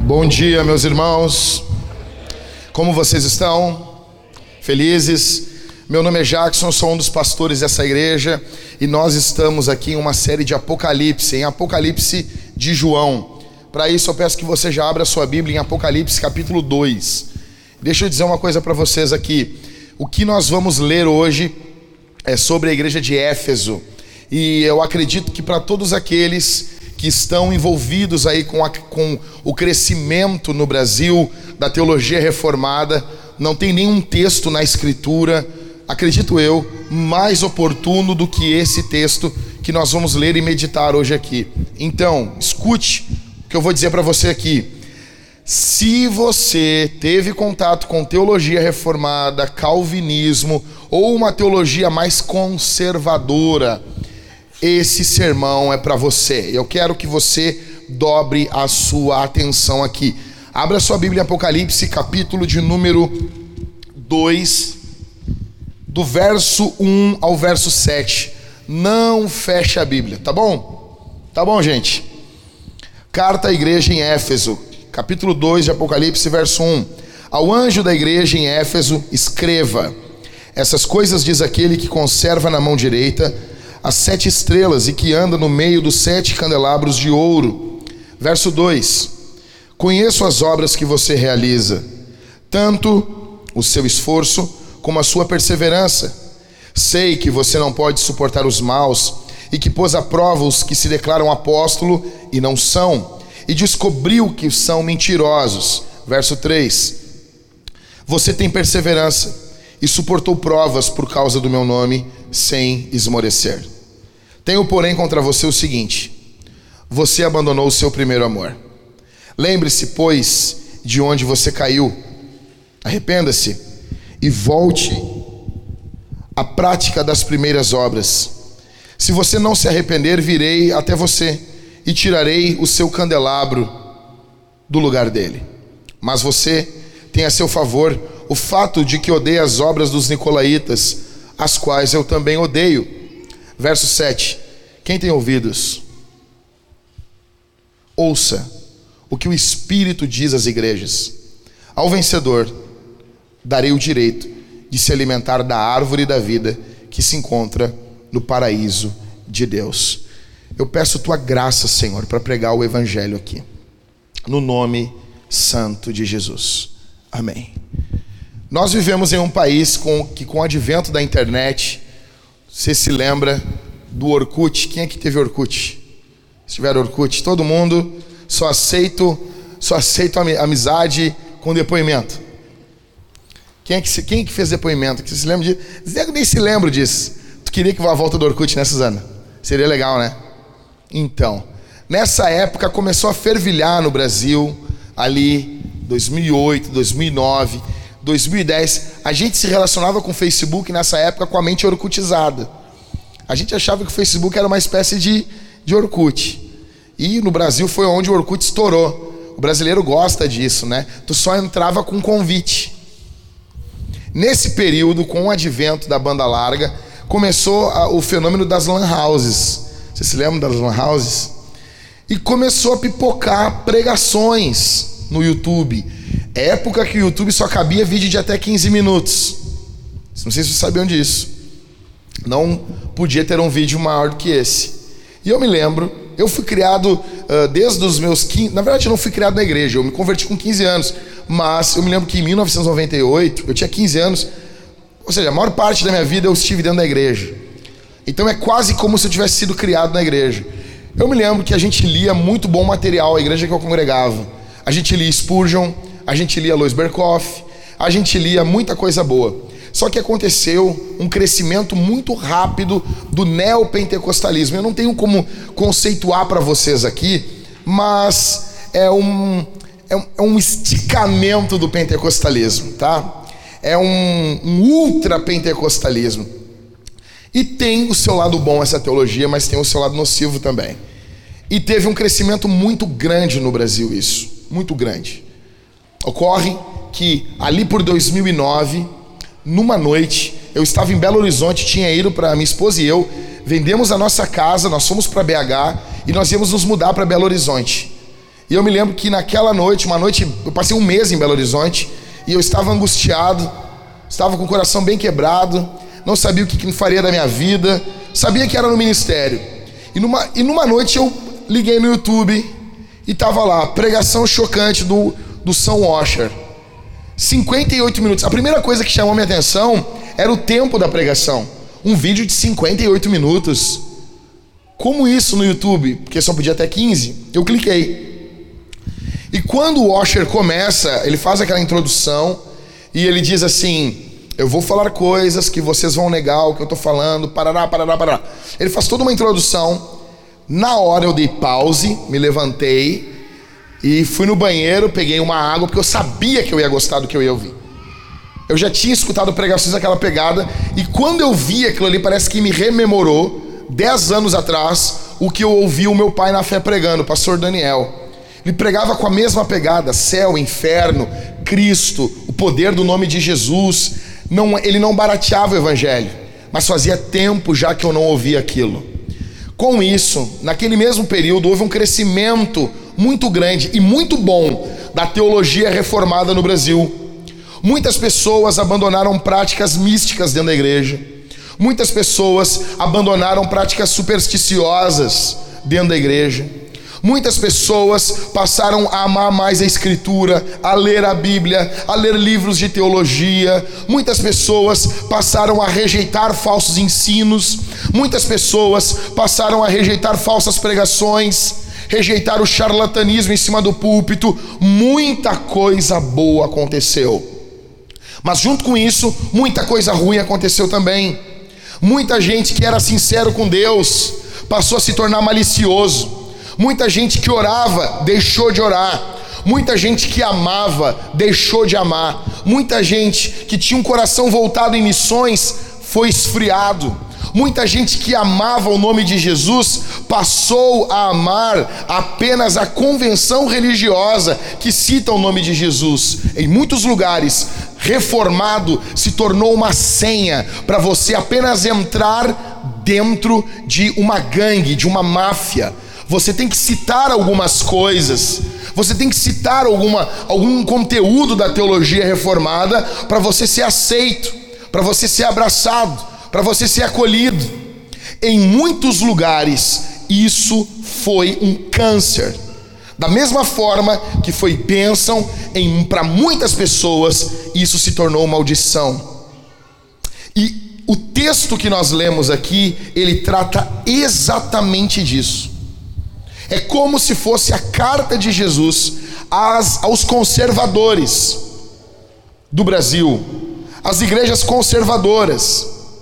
Bom dia, meus irmãos. Como vocês estão? Felizes? Meu nome é Jackson, sou um dos pastores dessa igreja e nós estamos aqui em uma série de Apocalipse, em Apocalipse de João. Para isso eu peço que você já abra a sua Bíblia em Apocalipse capítulo 2. Deixa eu dizer uma coisa para vocês aqui. O que nós vamos ler hoje é sobre a igreja de Éfeso. E eu acredito que para todos aqueles que estão envolvidos aí com o crescimento no Brasil da teologia reformada, não tem nenhum texto na Escritura, acredito eu, mais oportuno do que esse texto que nós vamos ler e meditar hoje aqui. Então, escute o que eu vou dizer para você aqui. Se você teve contato com teologia reformada, calvinismo ou uma teologia mais conservadora, esse sermão é para você. Eu quero que você dobre a sua atenção aqui. Abra sua Bíblia em Apocalipse, capítulo de número 2, do verso 1 ao verso 7. Não feche a Bíblia, tá bom? Tá bom, gente? Carta à igreja em Éfeso, capítulo 2 de Apocalipse, verso 1. Ao anjo da igreja em Éfeso, escreva: essas coisas diz aquele que conserva na mão direita as 7 estrelas e que anda no meio dos 7 candelabros de ouro. Verso 2: conheço as obras que você realiza, tanto o seu esforço como a sua perseverança. Sei que você não pode suportar os maus e que pôs à prova os que se declaram apóstolo e não são, e descobriu que são mentirosos. Verso 3: você tem perseverança e suportou provas por causa do meu nome sem esmorecer. Tenho, porém, contra você o seguinte: você abandonou o seu primeiro amor. Lembre-se, pois, de onde você caiu. Arrependa-se e volte à prática das primeiras obras. Se você não se arrepender, virei até você e tirarei o seu candelabro do lugar dele. Mas você tem a seu favor o fato de que odeia as obras dos nicolaítas, as quais eu também odeio. Verso 7: quem tem ouvidos, ouça o que o Espírito diz às igrejas. Ao vencedor darei o direito de se alimentar da árvore da vida que se encontra no paraíso de Deus. Eu peço tua graça, Senhor, para pregar o evangelho aqui, no nome santo de Jesus. Amém. Nós vivemos em um país que com o advento da internet, você se lembra do Orkut? Quem é que teve Orkut? Se tiver Orkut, todo mundo, só aceito amizade com depoimento. Quem que fez depoimento? Que você se lembra disso? Eu nem se lembro disso. Tu queria que vá à volta do Orkut, né, Suzana? Seria legal, né? Então, nessa época começou a fervilhar no Brasil, ali 2008, 2009, 2010, a gente se relacionava com o Facebook nessa época com a mente orkutizada. A gente achava que o Facebook era uma espécie de Orkut. E no Brasil foi onde o Orkut estourou. O brasileiro gosta disso, né? Tu só entrava com convite. Nesse período, com o advento da banda larga, começou o fenômeno das lan houses. Você se lembra das lan houses? E começou a pipocar pregações no YouTube. Época que o YouTube só cabia vídeo de até 15 minutos. Não sei se vocês sabiam disso. Não podia ter um vídeo maior do que esse. E eu me lembro, eu fui criado desde os meus 15... Na verdade, eu não fui criado na igreja, eu me converti com 15 anos. Mas eu me lembro que em 1998, eu tinha 15 anos. Ou seja, a maior parte da minha vida eu estive dentro da igreja. Então é quase como se eu tivesse sido criado na igreja. Eu me lembro que a gente lia muito bom material, a igreja que eu congregava. A gente lia Spurgeon, a gente lia Lois Berkhoff, a gente lia muita coisa boa. Só que aconteceu um crescimento muito rápido do neopentecostalismo. Eu não tenho como conceituar para vocês aqui, mas é um esticamento do pentecostalismo, tá? É um ultra-pentecostalismo. E tem o seu lado bom essa teologia, mas tem o seu lado nocivo também. E teve um crescimento muito grande no Brasil isso, muito grande. Ocorre que ali por 2009, numa noite, eu estava em Belo Horizonte, tinha ido para minha esposa e eu, vendemos a nossa casa, nós fomos para BH e nós íamos nos mudar para Belo Horizonte. E eu me lembro que naquela noite, eu passei um mês em Belo Horizonte, e eu estava angustiado, estava com o coração bem quebrado, não sabia o que faria da minha vida, sabia que era no ministério. E numa noite eu liguei no YouTube e estava lá, pregação chocante do Sam Washer. 58 minutos. A primeira coisa que chamou minha atenção era o tempo da pregação. Um vídeo de 58 minutos. Como isso no YouTube? Porque só podia até 15. Eu cliquei. E quando o Washer começa, ele faz aquela introdução e ele diz assim: eu vou falar coisas que vocês vão negar o que eu estou falando, parará. Ele faz toda uma introdução. Na hora eu dei pause, me levantei e fui no banheiro, peguei uma água, porque eu sabia que eu ia gostar do que eu ia ouvir. Eu já tinha escutado pregações daquela pegada, e quando eu vi aquilo ali, parece que me rememorou 10 anos atrás o que eu ouvi o meu pai na fé pregando, o pastor Daniel. Ele pregava com a mesma pegada: céu, inferno, Cristo, o poder do nome de Jesus. Ele não barateava o evangelho, mas fazia tempo já que eu não ouvia aquilo. Com isso, naquele mesmo período, houve um crescimento muito grande e muito bom da teologia reformada no Brasil. Muitas pessoas abandonaram práticas místicas dentro da igreja. Muitas pessoas abandonaram práticas supersticiosas dentro da igreja. Muitas pessoas passaram a amar mais a Escritura, a ler a Bíblia, a ler livros de teologia. Muitas pessoas passaram a rejeitar falsos ensinos. Muitas pessoas passaram a rejeitar falsas pregações, rejeitar o charlatanismo em cima do púlpito. Muita coisa boa aconteceu. Mas junto com isso, muita coisa ruim aconteceu também. Muita gente que era sincero com Deus passou a se tornar malicioso. Muita gente que orava deixou de orar. Muita gente que amava deixou de amar. Muita gente que tinha um coração voltado em missões foi esfriado. Muita gente que amava o nome de Jesus passou a amar apenas a convenção religiosa que cita o nome de Jesus. Em muitos lugares, reformado se tornou uma senha para você apenas entrar dentro de uma gangue, de uma máfia. Você tem que citar algumas coisas, você tem que citar algum conteúdo da teologia reformada para você ser aceito, para você ser abraçado, para você ser acolhido. Em muitos lugares isso foi um câncer. Da mesma forma que foi bênção para muitas pessoas, isso se tornou maldição. E o texto que nós lemos aqui, ele trata exatamente disso. É como se fosse a carta de Jesus aos conservadores do Brasil, as igrejas conservadoras,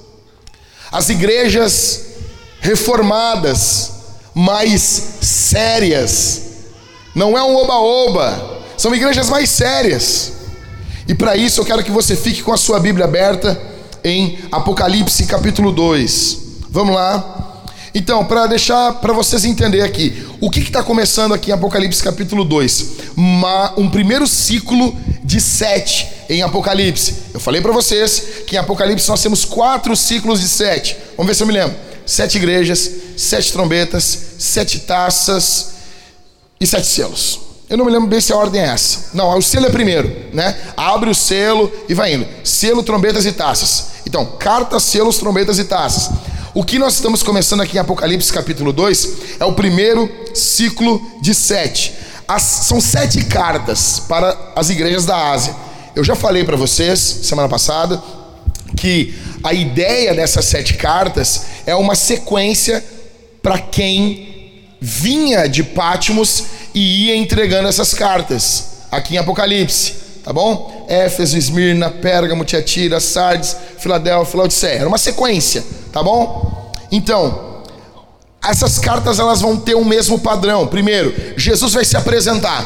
as igrejas reformadas, mais sérias. Não é um oba-oba, são igrejas mais sérias. E para isso eu quero que você fique com a sua Bíblia aberta em Apocalipse capítulo 2. Vamos lá. Então, para deixar para vocês entenderem aqui, o que está começando aqui em Apocalipse capítulo 2? Um primeiro ciclo de 7 em Apocalipse. Eu falei para vocês que em Apocalipse nós temos 4 ciclos de 7. Vamos ver se eu me lembro. 7 igrejas, 7 trombetas, 7 taças e 7 selos. Eu não me lembro bem se a ordem é essa. Não, o selo é primeiro, né? Abre o selo e vai indo. Selo, trombetas e taças. Então, cartas, selos, trombetas e taças. O que nós estamos começando aqui em Apocalipse capítulo 2 é o primeiro ciclo de 7. São 7 cartas para as igrejas da Ásia. Eu já falei para vocês, semana passada, que a ideia dessas 7 cartas é uma sequência para quem vinha de Patmos e ia entregando essas cartas aqui em Apocalipse, tá bom? Éfeso, Esmirna, Pérgamo, Tiatira, Sardes, Filadélfia, Laodiceia. Era uma sequência, tá bom? Então, essas cartas elas vão ter o mesmo padrão. Primeiro, Jesus vai se apresentar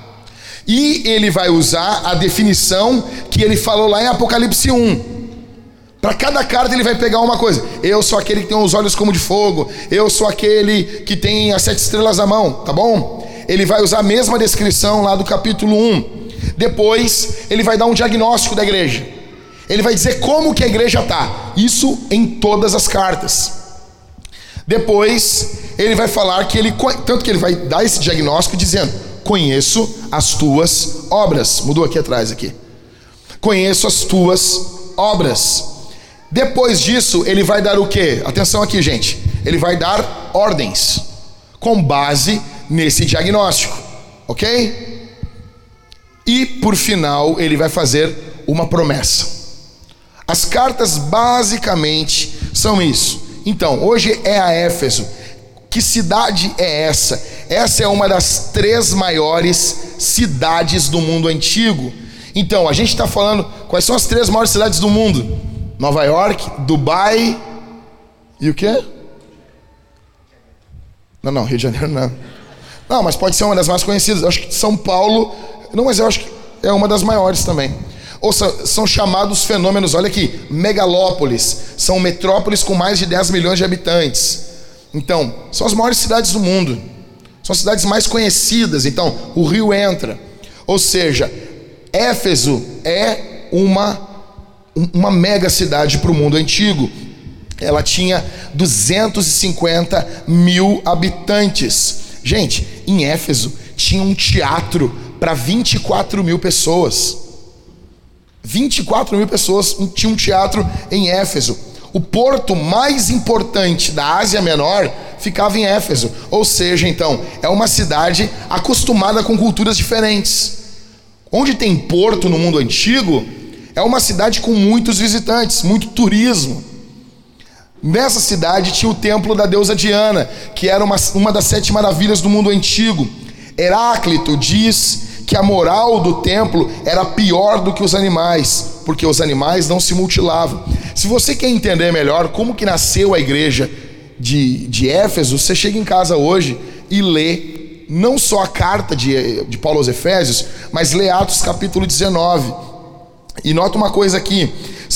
e ele vai usar a definição que ele falou lá em Apocalipse 1. Para cada carta ele vai pegar uma coisa. Eu sou aquele que tem os olhos como de fogo. Eu sou aquele que tem as 7 estrelas na mão, tá bom? Ele vai usar a mesma descrição lá do capítulo 1. Depois ele vai dar um diagnóstico da igreja. Ele vai dizer como que a igreja está. Isso em todas as cartas. Depois ele vai falar que tanto que ele vai dar esse diagnóstico dizendo conheço as tuas obras. Mudou aqui atrás aqui. Conheço as tuas obras. Depois disso, ele vai dar o quê? Atenção aqui, gente. Ele vai dar ordens com base nesse diagnóstico, ok? E por final, ele vai fazer uma promessa. As cartas basicamente são isso. Então, hoje é a Éfeso. Que cidade é essa? Essa é uma das 3 maiores cidades do mundo antigo. Então, a gente está falando, quais são as 3 maiores cidades do mundo? Nova York, Dubai e o quê? Não, Rio de Janeiro não. Não, mas pode ser uma das mais conhecidas. Eu acho que São Paulo, não, mas eu acho que é uma das maiores também. Ou são chamados fenômenos, olha aqui, megalópolis. São metrópoles com mais de 10 milhões de habitantes. Então, são as maiores cidades do mundo. São as cidades mais conhecidas. Então, o Rio entra. Ou seja, Éfeso é uma mega cidade para o mundo antigo. Ela tinha 250 mil habitantes. Gente, em Éfeso tinha um teatro para 24 mil pessoas. 24 mil pessoas tinham um teatro em Éfeso. O porto mais importante da Ásia Menor ficava em Éfeso. Ou seja, então, é uma cidade acostumada com culturas diferentes. Onde tem porto no mundo antigo, é uma cidade com muitos visitantes, muito turismo. Nessa cidade tinha o templo da deusa Diana, que era uma das 7 maravilhas do mundo antigo. Heráclito diz que a moral do templo era pior do que os animais, porque os animais não se mutilavam. Se você quer entender melhor como que nasceu a igreja de Éfeso, você chega em casa hoje e lê não só a carta de Paulo aos Efésios, mas lê Atos capítulo 19. E nota uma coisa aqui,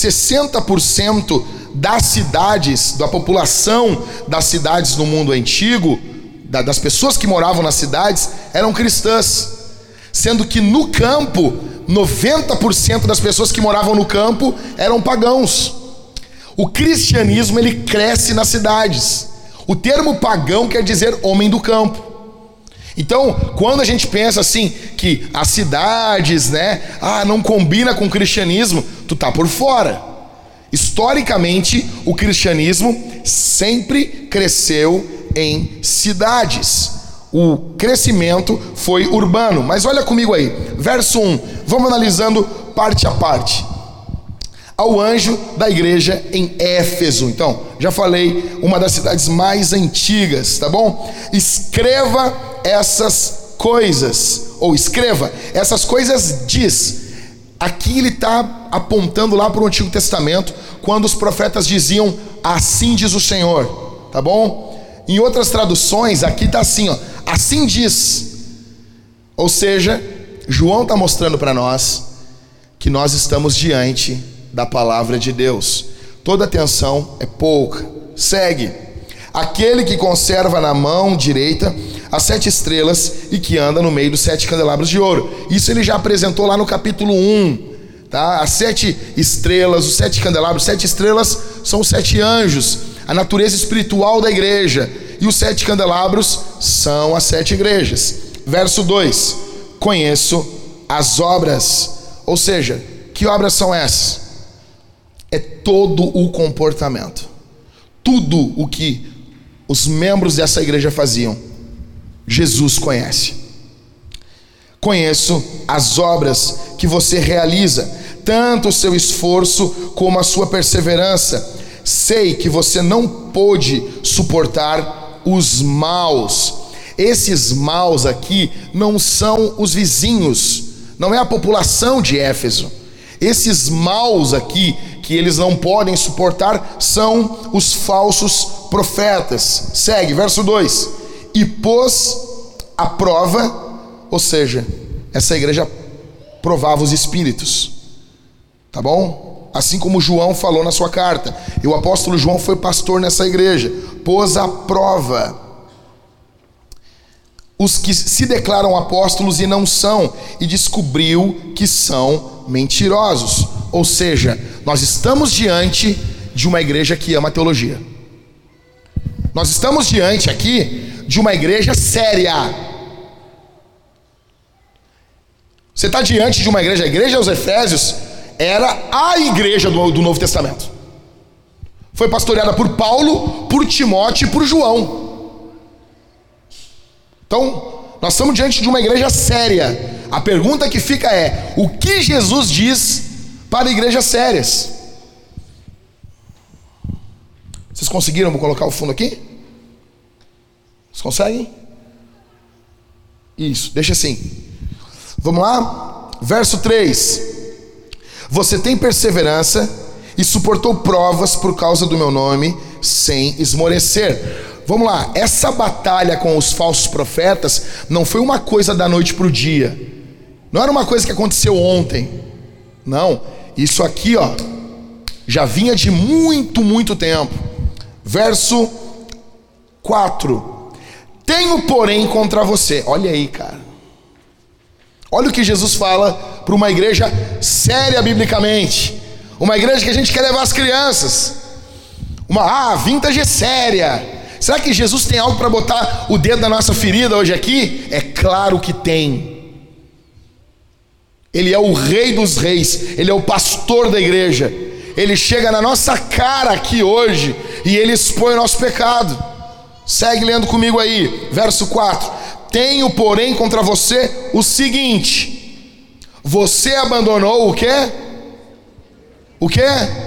60% das cidades, da população das cidades no mundo antigo, das pessoas que moravam nas cidades, eram cristãs. Sendo que no campo, 90% das pessoas que moravam no campo eram pagãos. O cristianismo, ele cresce nas cidades. O termo pagão quer dizer homem do campo. Então, quando a gente pensa assim, que as cidades, não combina com o cristianismo, tu tá por fora. Historicamente, o cristianismo sempre cresceu em cidades. O crescimento foi urbano. Mas olha comigo aí, verso 1. Vamos analisando parte a parte. Ao anjo da igreja em Éfeso. Então, já falei, uma das cidades mais antigas, tá bom? Escreva essas coisas. Ou escreva, essas coisas diz. Aqui ele está apontando lá para o Antigo Testamento, quando os profetas diziam, assim diz o Senhor, tá bom? Em outras traduções, aqui está assim, ó, assim diz. Ou seja, João está mostrando para nós que nós estamos diante da palavra de Deus. Toda atenção é pouca. Segue. Aquele que conserva na mão direita as 7 estrelas e que anda no meio dos 7 candelabros de ouro. Isso ele já apresentou lá no capítulo 1. Tá? As 7 estrelas, os 7 candelabros, 7 estrelas são os 7 anjos, a natureza espiritual da igreja. E os 7 candelabros são as 7 igrejas. Verso 2. Conheço as obras. Ou seja, que obras são essas? É todo o comportamento. Tudo o que os membros dessa igreja faziam, Jesus conhece. Conheço as obras que você realiza, tanto o seu esforço como a sua perseverança. Sei que você não pôde suportar os maus. Esses maus aqui não são os vizinhos, não é a população de Éfeso. Esses maus aqui, que eles não podem suportar, são os falsos profetas. Segue, verso 2. E pôs a prova, ou seja, essa igreja provava os espíritos, tá bom? Assim como João falou na sua carta. E o apóstolo João foi pastor nessa igreja. Pôs a prova os que se declaram apóstolos e não são, e descobriu que são mentirosos. Ou seja, nós estamos diante de uma igreja que ama a teologia. Nós estamos diante aqui de uma igreja séria. Você está diante de uma igreja. A igreja aos Efésios era a igreja do Novo Testamento. Foi pastoreada por Paulo, por Timóteo e por João. Então, nós estamos diante de uma igreja séria. A pergunta que fica é: o que Jesus diz para igrejas sérias? Vocês conseguiram colocar o fundo aqui? Vocês conseguem? Isso, deixa assim. Vamos lá? Verso 3. Você tem perseverança e suportou provas por causa do meu nome, sem esmorecer. Vamos lá, essa batalha com os falsos profetas não foi uma coisa da noite para o dia. Não era uma coisa que aconteceu ontem. Não, isso aqui já vinha de muito tempo. Verso 4. Tenho, porém, contra você. Olha aí, cara. Olha o que Jesus fala para uma igreja séria biblicamente. Uma igreja que a gente quer levar as crianças. Vintage é séria. Será que Jesus tem algo para botar o dedo na nossa ferida hoje aqui? É claro que tem. Ele é o rei dos reis. Ele é o pastor da igreja. Ele chega na nossa cara aqui hoje e ele expõe o nosso pecado. Segue lendo comigo aí, verso 4. Tenho, porém, contra você o seguinte: você abandonou o quê? O quê?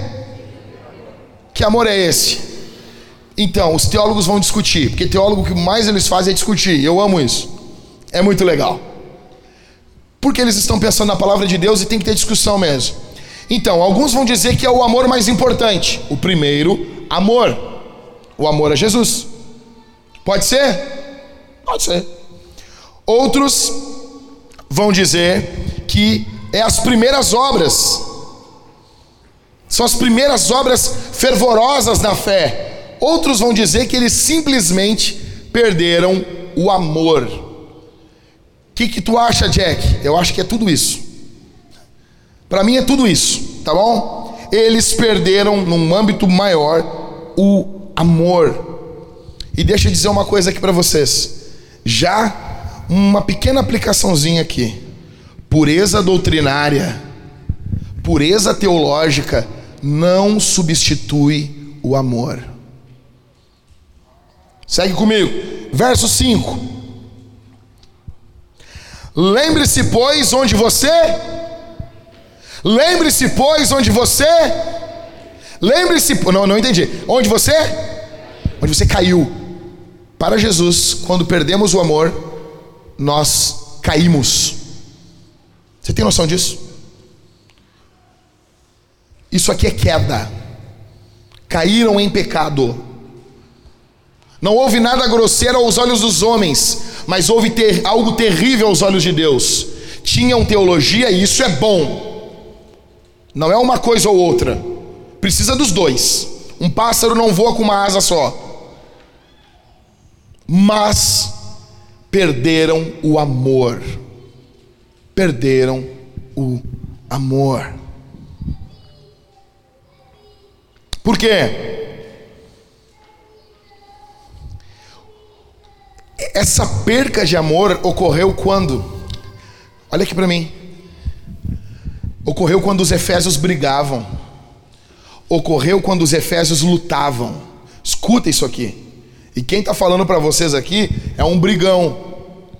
Que amor é esse? Então, os teólogos vão discutir, porque teólogo, o que mais eles fazem é discutir. Eu amo isso, é muito legal, porque eles estão pensando na palavra de Deus e tem que ter discussão mesmo. Então, alguns vão dizer que é o amor mais importante. O primeiro, amor. O amor a Jesus. Pode ser? Pode ser. Outros vão dizer que é as primeiras obras. São as primeiras obras fervorosas na fé. Outros vão dizer que eles simplesmente perderam o amor. O que tu acha, Jack? Eu acho que é tudo isso. Para mim é tudo isso, tá bom? Eles perderam, num âmbito maior, o amor. E deixa eu dizer uma coisa aqui para vocês. Já uma pequena aplicaçãozinha aqui. Pureza doutrinária, pureza teológica não substitui o amor. Segue comigo, verso 5. Lembre-se, pois, onde você não entendi. Onde você caiu. Para Jesus, quando perdemos o amor, nós caímos. Você tem noção disso? Isso aqui é queda. Caíram em pecado. Não houve nada grosseiro aos olhos dos homens, mas houve algo terrível aos olhos de Deus. Tinham teologia e isso é bom. Não é uma coisa ou outra. Precisa dos dois. Um pássaro não voa com uma asa só. Mas perderam o amor. Perderam o amor. Por quê? Essa perca de amor ocorreu quando? Olha aqui para mim. Ocorreu quando os efésios brigavam. Ocorreu quando os efésios lutavam. Escuta isso aqui. E quem está falando para vocês aqui é um brigão.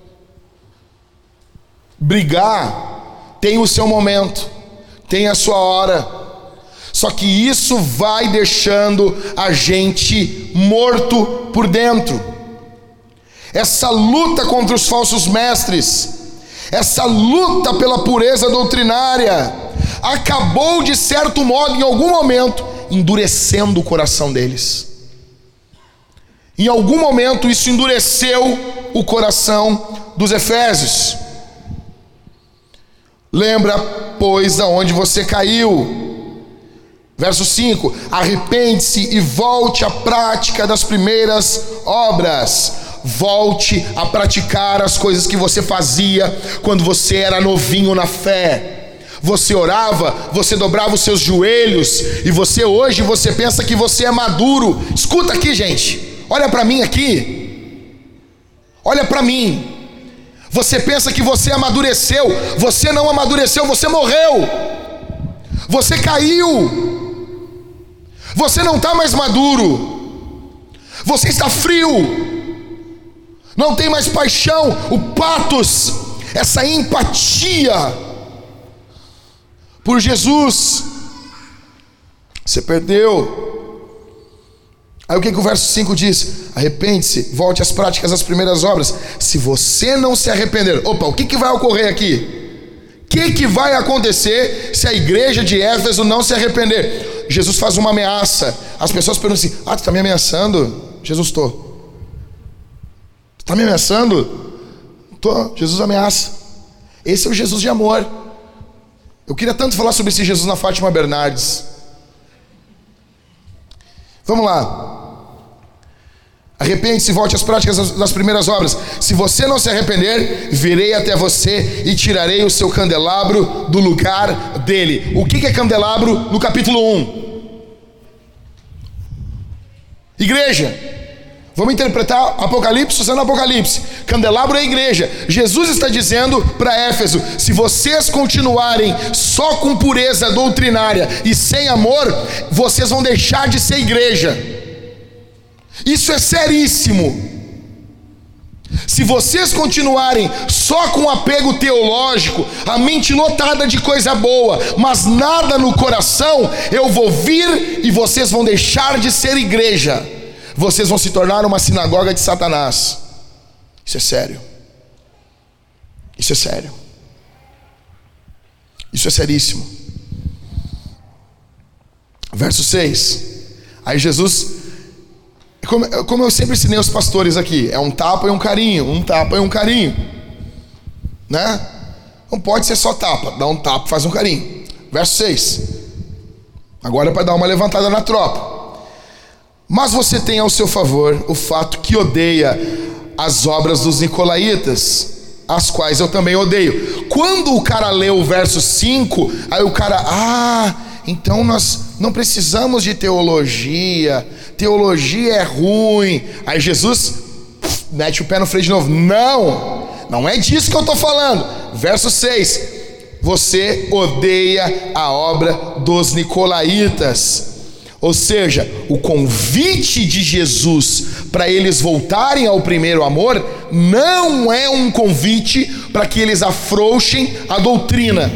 Brigar tem o seu momento, tem a sua hora. Só que isso vai deixando a gente morto por dentro. Essa luta contra os falsos mestres, essa luta pela pureza doutrinária, acabou de certo modo, em algum momento, endurecendo o coração deles. Em algum momento isso endureceu o coração dos efésios. Lembra, pois, da onde você caiu. Verso 5: arrepende-se e volte à prática das primeiras obras. Volte a praticar as coisas que você fazia quando você era novinho na fé. Você orava, você dobrava os seus joelhos, e hoje você pensa que você é maduro. Escuta aqui, gente. Olha para mim aqui. Olha para mim. Você pensa que você amadureceu. Você não amadureceu, você morreu. Você caiu. Você não está mais maduro. Você está frio. Não tem mais paixão, o patos, essa empatia por Jesus. Você perdeu. Aí o que o verso 5 diz? Arrepende-se, volte às práticas das primeiras obras. Se você não se arrepender, opa, o que vai ocorrer aqui? O que vai acontecer se a igreja de Éfeso não se arrepender? Jesus faz uma ameaça. As pessoas perguntam assim: tu está me ameaçando? Jesus, estou. Tu está me ameaçando? Estou. Jesus ameaça. Esse é o Jesus de amor. Eu queria tanto falar sobre esse Jesus na Fátima Bernardes. Vamos lá. Arrepende-se e volte às práticas das primeiras obras. Se você não se arrepender, virei até você e tirarei o seu candelabro do lugar dele. O que é candelabro no capítulo 1? Igreja. Vamos interpretar Apocalipse usando Apocalipse. Candelabro é a igreja. Jesus está dizendo para Éfeso: se vocês continuarem só com pureza doutrinária e sem amor, vocês vão deixar de ser igreja. Isso é seríssimo. Se vocês continuarem só com apego teológico, a mente lotada de coisa boa, mas nada no coração, eu vou vir e vocês vão deixar de ser igreja. Vocês vão se tornar uma sinagoga de Satanás. Isso é sério. Isso é sério. Isso é seríssimo. Verso 6. Aí Jesus, como eu sempre ensinei os pastores aqui, é um tapa e um carinho, um tapa e um carinho, né? Não pode ser só tapa, dá um tapa, faz um carinho. Verso 6. Agora é para dar uma levantada na tropa. Mas você tem ao seu favor o fato que odeia as obras dos nicolaítas, as quais eu também odeio. Quando o cara lê o verso 5, aí o cara, então nós não precisamos de teologia, teologia é ruim. Aí Jesus mete o pé no freio de novo. Não é disso que eu estou falando. Verso 6, você odeia a obra dos nicolaítas. Ou seja, o convite de Jesus para eles voltarem ao primeiro amor não é um convite para que eles afrouxem a doutrina.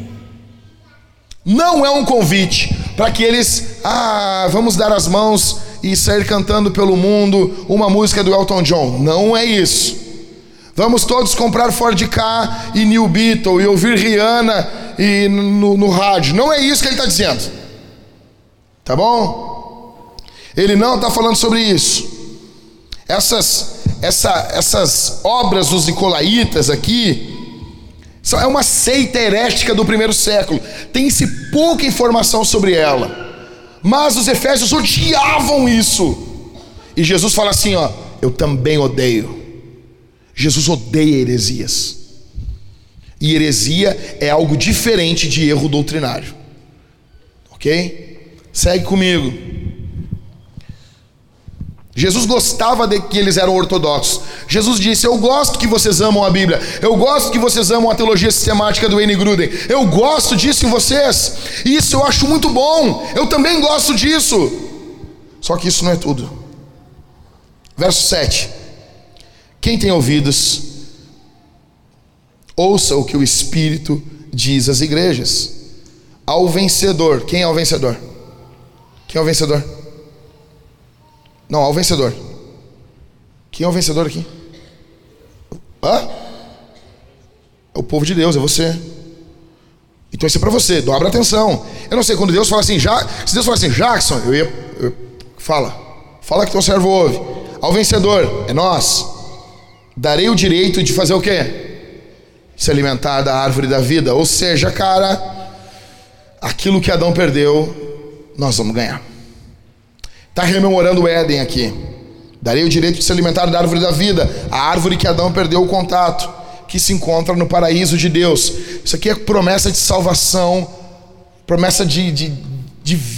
Não é um convite para que eles, vamos dar as mãos e sair cantando pelo mundo uma música do Elton John. Não é isso. Vamos todos comprar Ford Ka e New Beatle e ouvir Rihanna no rádio. Não é isso que ele está dizendo. Tá bom? Ele não está falando sobre isso. Essas obras dos nicolaítas aqui é uma seita herética do primeiro século. Tem-se pouca informação sobre ela, mas os efésios odiavam isso. E Jesus fala assim, eu também odeio. Jesus odeia heresias. E heresia é algo diferente de erro doutrinário. Ok? Segue comigo. Jesus gostava de que eles eram ortodoxos. Jesus disse: eu gosto que vocês amam a Bíblia. Eu gosto que vocês amam a teologia sistemática do Wayne Grudem. Eu gosto disso em vocês. Isso eu acho muito bom. Eu também gosto disso. Só que isso não é tudo. Verso 7. Quem tem ouvidos, ouça o que o Espírito diz às igrejas. Ao vencedor. Quem é o vencedor? Quem é o vencedor? Não, ao vencedor. Quem é o vencedor aqui? É o povo de Deus, é você. Então isso é para você, dobra atenção. Eu não sei, quando Deus fala assim, se Deus fala assim, Jackson, fala que teu servo ouve. Ao vencedor, é nós. Darei o direito de fazer o quê? Se alimentar da árvore da vida. Ou seja, cara, aquilo que Adão perdeu, nós vamos ganhar. Está rememorando o Éden aqui. Darei o direito de se alimentar da árvore da vida, a árvore que Adão perdeu o contato, que se encontra no paraíso de Deus. Isso aqui é promessa de salvação, promessa de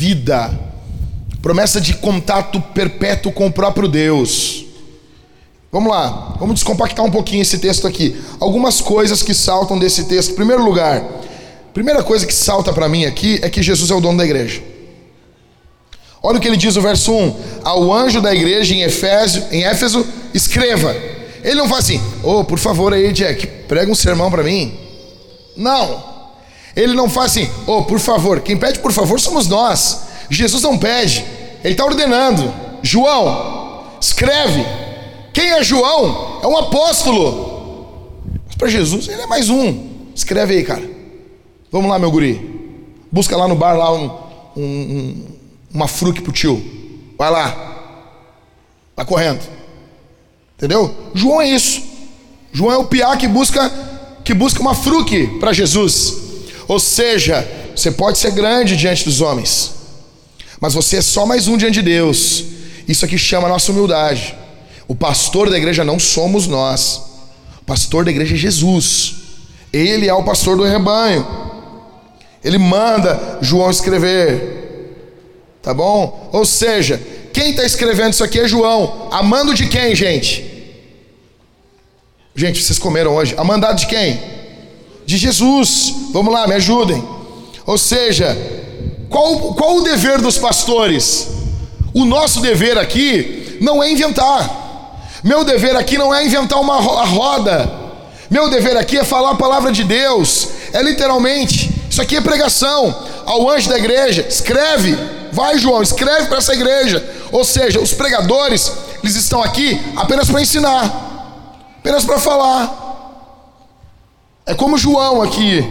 vida, promessa de contato perpétuo com o próprio Deus. Vamos lá, vamos descompactar um pouquinho esse texto aqui. Algumas coisas que saltam desse texto. Em primeiro lugar, primeira coisa que salta para mim aqui é que Jesus é o dono da igreja. Olha o que ele diz no verso 1: ao anjo da igreja em Éfeso, escreva. Ele não fala assim: por favor aí, Jack, prega um sermão para mim. Não. Ele não faz assim: por favor. Quem pede por favor somos nós. Jesus não pede, ele está ordenando. João, escreve. Quem é João? É um apóstolo. Mas para Jesus ele é mais um. Escreve aí, cara. Vamos lá, meu guri. Busca lá no bar lá uma fruque pro tio. Vai lá. Vai correndo. Entendeu? João é isso. João é o piá que busca uma fruque para Jesus. Ou seja, você pode ser grande diante dos homens, mas você é só mais um diante de Deus. Isso aqui chama a nossa humildade. O pastor da igreja não somos nós. O pastor da igreja é Jesus. Ele é o pastor do rebanho. Ele manda João escrever. Tá bom? Ou seja, quem está escrevendo isso aqui é João. A mando de quem, gente? Gente, vocês comeram hoje. A mandado de quem? De Jesus. Vamos lá, me ajudem. Ou seja, qual o dever dos pastores? O nosso dever aqui não é inventar. Meu dever aqui não é inventar a roda. Meu dever aqui é falar a palavra de Deus. É literalmente, isso aqui é pregação. Ao anjo da igreja, escreve. Vai, João, escreve para essa igreja. Ou seja, os pregadores, eles estão aqui apenas para ensinar, apenas para falar. É como João aqui.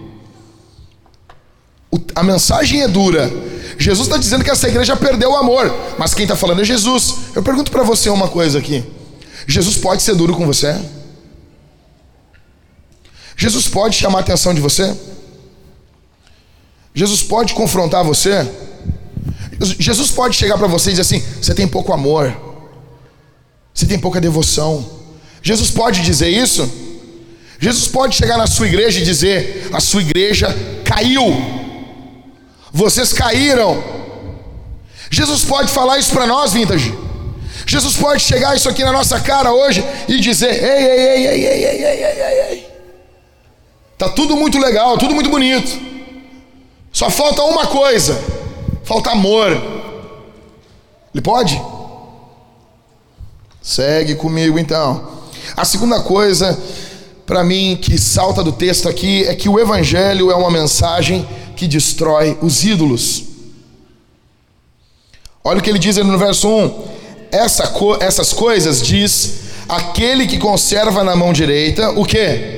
A mensagem é dura. Jesus está dizendo que essa igreja perdeu o amor, mas quem está falando é Jesus. Eu pergunto para você uma coisa aqui: Jesus pode ser duro com você? Jesus pode chamar a atenção de você? Jesus pode confrontar você? Jesus pode chegar para você e dizer assim: você tem pouco amor, você tem pouca devoção. Jesus pode dizer isso? Jesus pode chegar na sua igreja e dizer: a sua igreja caiu, vocês caíram. Jesus pode falar isso para nós, Vintage. Jesus pode chegar isso aqui na nossa cara hoje e dizer: ei, tá tudo muito legal, tudo muito bonito, só falta uma coisa, falta amor. Ele pode? Segue comigo então. A segunda coisa para mim que salta do texto aqui é que o evangelho é uma mensagem que destrói os ídolos. Olha o que ele diz no verso 1: essas coisas diz aquele que conserva na mão direita o quê?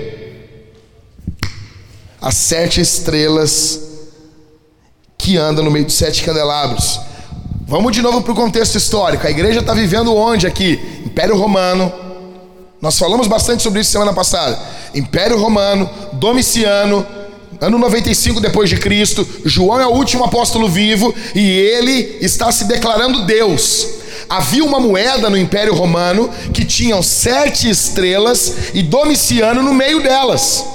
As 7 estrelas que andam no meio dos 7 candelabros. Vamos de novo para o contexto histórico. A igreja está vivendo onde aqui? Império Romano. Nós falamos bastante sobre isso semana passada. Império Romano, Domiciano, ano 95 depois de Cristo. João é o último apóstolo vivo e ele está se declarando Deus. Havia uma moeda no Império Romano que tinham 7 estrelas e Domiciano no meio delas.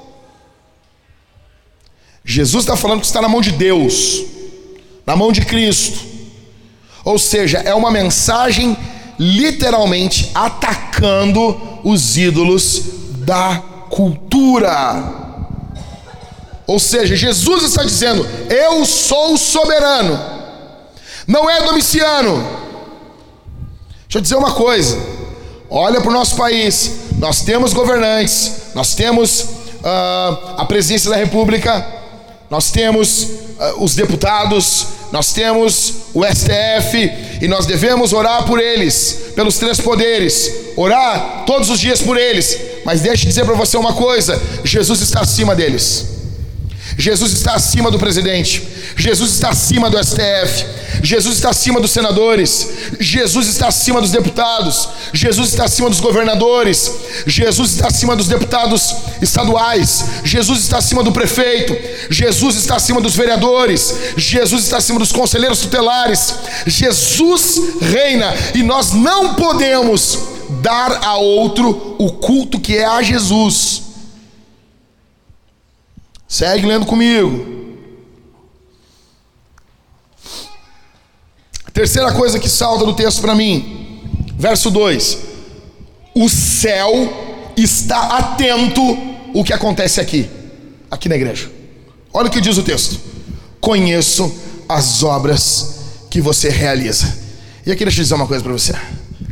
Jesus está falando que está na mão de Deus, na mão de Cristo. Ou seja, é uma mensagem literalmente atacando os ídolos da cultura. Ou seja, Jesus está dizendo: eu sou soberano, não é Domiciano. Deixa eu dizer uma coisa: olha para o nosso país, nós temos governantes, nós temos a presidência da república, nós temos os deputados, nós temos o STF, e nós devemos orar por eles, pelos 3 poderes, orar todos os dias por eles. Mas deixe eu dizer para você uma coisa: Jesus está acima deles. Jesus está acima do presidente, Jesus está acima do STF, Jesus está acima dos senadores, Jesus está acima dos deputados, Jesus está acima dos governadores, Jesus está acima dos deputados estaduais, Jesus está acima do prefeito, Jesus está acima dos vereadores, Jesus está acima dos conselheiros tutelares. Jesus reina e nós não podemos dar a outro o culto que é a Jesus. Segue lendo comigo. Terceira coisa que salta do texto para mim, verso 2: O céu está atento o que acontece aqui na igreja. Olha o que diz o texto: conheço as obras que você realiza. E aqui deixa eu dizer uma coisa para você.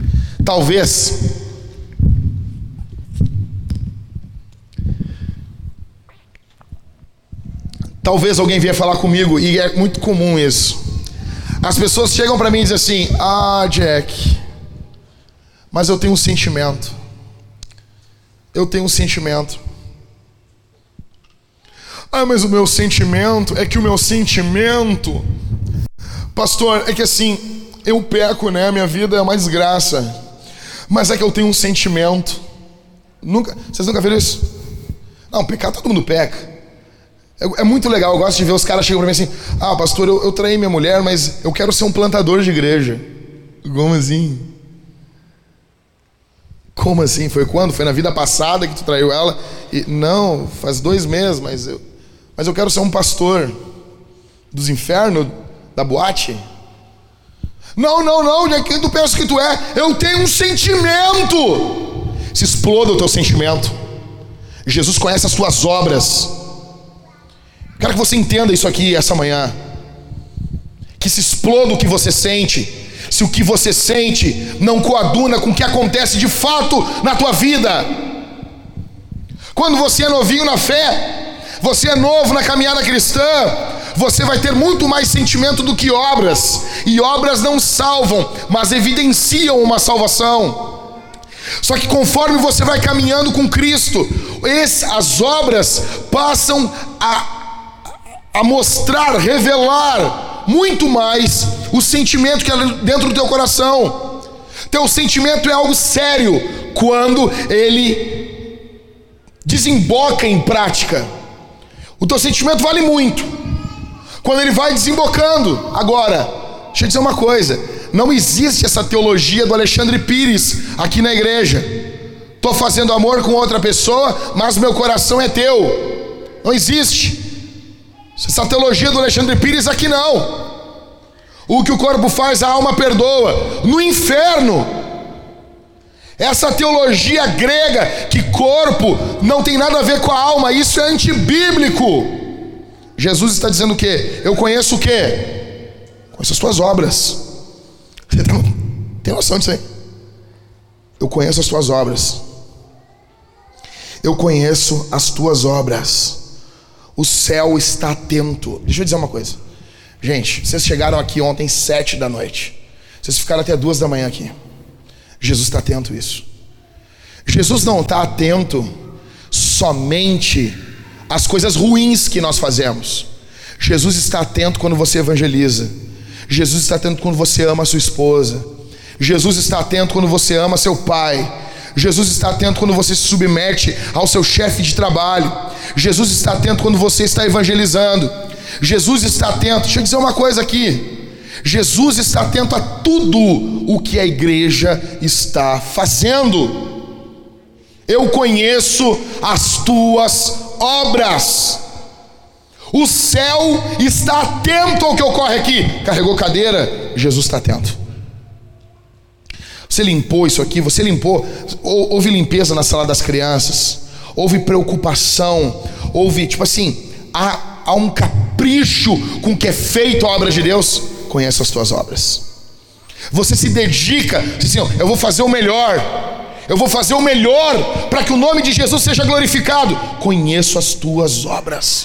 Talvez alguém venha falar comigo, e é muito comum isso. As pessoas chegam para mim e dizem assim: ah, Jack, mas eu tenho um sentimento. Ah, mas o meu sentimento, pastor, é que assim, eu peco, né? Minha vida é uma desgraça. Mas é que eu tenho um sentimento. Vocês nunca viram isso? Não, pecar todo mundo peca. É muito legal, eu gosto de ver os caras chegando pra mim assim: ah, pastor, eu traí minha mulher, mas eu quero ser um plantador de igreja. Como assim? Como assim? Foi quando? Foi na vida passada que tu traiu ela? Não, faz 2 meses, mas eu quero ser um pastor dos infernos, da boate. Não, de quem tu pensa que tu é? Eu tenho um sentimento. Se exploda o teu sentimento. Jesus conhece as tuas obras. Quero que você entenda isso aqui essa manhã. Que se exploda o que você sente. Se o que você sente não coaduna com o que acontece de fato na tua vida. Quando você é novinho na fé, você é novo na caminhada cristã, você vai ter muito mais sentimento do que obras. E obras não salvam, mas evidenciam uma salvação. Só que conforme você vai caminhando com Cristo, as obras passam a mostrar, revelar muito mais o sentimento que é dentro do teu coração. Teu sentimento é algo sério quando ele desemboca em prática. O teu sentimento vale muito quando ele vai desembocando. Agora, deixa eu dizer uma coisa: não existe essa teologia do Alexandre Pires aqui na igreja. Estou fazendo amor com outra pessoa, mas meu coração é teu. Não existe essa teologia do Alexandre Pires aqui, não. O que o corpo faz, a alma perdoa. No inferno, essa teologia grega que corpo não tem nada a ver com a alma, isso é antibíblico. Jesus está dizendo o quê? Eu conheço o quê? Conheço as tuas obras. Você tem noção disso aí? Eu conheço as tuas obras. Eu conheço as tuas obras. O céu está atento. Deixa eu dizer uma coisa. Gente, vocês chegaram aqui ontem 7 da noite. Vocês ficaram até 2 da manhã aqui. Jesus está atento a isso. Jesus não está atento somente às coisas ruins que nós fazemos. Jesus está atento quando você evangeliza. Jesus está atento quando você ama a sua esposa. Jesus está atento quando você ama seu pai. Jesus está atento quando você se submete ao seu chefe de trabalho. Jesus está atento quando você está evangelizando. Jesus está atento. Deixa eu dizer uma coisa aqui. Jesus está atento a tudo o que a igreja está fazendo. Eu conheço as tuas obras. O céu está atento ao que ocorre aqui. Carregou cadeira, Jesus está atento. Você limpou isso aqui, você limpou. Houve limpeza na sala das crianças, houve preocupação, houve, tipo assim, há um capricho com o que é feito a obra de Deus. Conhece as tuas obras. Você se dedica, diz assim: eu vou fazer o melhor, eu vou fazer o melhor para que o nome de Jesus seja glorificado. Conheço as tuas obras.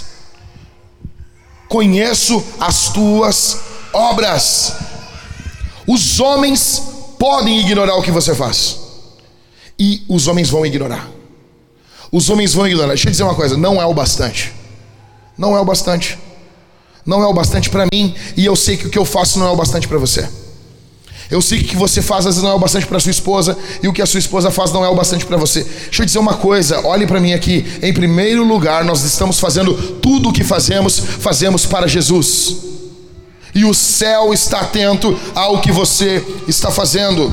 Conheço as tuas obras. Os homens podem ignorar o que você faz, e os homens vão ignorar. Os homens vão ignorar. Deixa eu dizer uma coisa: não é o bastante. Não é o bastante. Não é o bastante para mim, e eu sei que o que eu faço não é o bastante para você. Eu sei que o que você faz às vezes não é o bastante para sua esposa, e o que a sua esposa faz não é o bastante para você. Deixa eu dizer uma coisa, olhe para mim aqui. Em primeiro lugar, nós estamos fazendo tudo o que fazemos para Jesus. E o céu está atento ao que você está fazendo.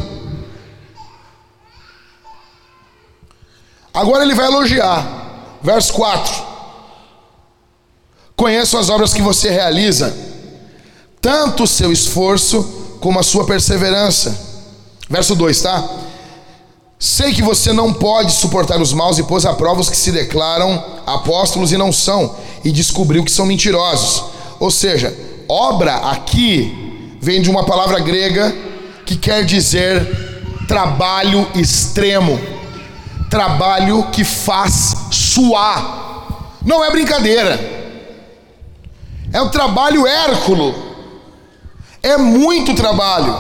Agora ele vai elogiar. Verso 4. Conheço as obras que você realiza, tanto o seu esforço como a sua perseverança. Verso 2, tá? Sei que você não pode suportar os maus e pôs à prova os que se declaram apóstolos e não são, e descobriu que são mentirosos. Ou seja, obra aqui vem de uma palavra grega que quer dizer trabalho extremo, trabalho que faz suar. Não é brincadeira, é um trabalho hérculo, é muito trabalho.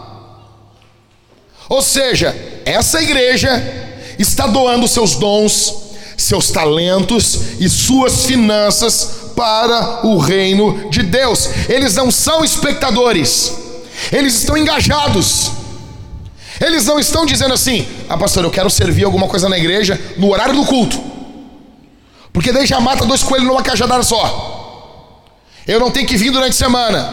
Ou seja, essa igreja está doando seus dons, seus talentos e suas finanças para o reino de Deus. Eles não são espectadores, eles estão engajados. Eles não estão dizendo assim: ah, pastor, eu quero servir alguma coisa na igreja no horário do culto, porque daí já mata 2 coelhos numa cajadada só. Eu não tenho que vir durante a semana.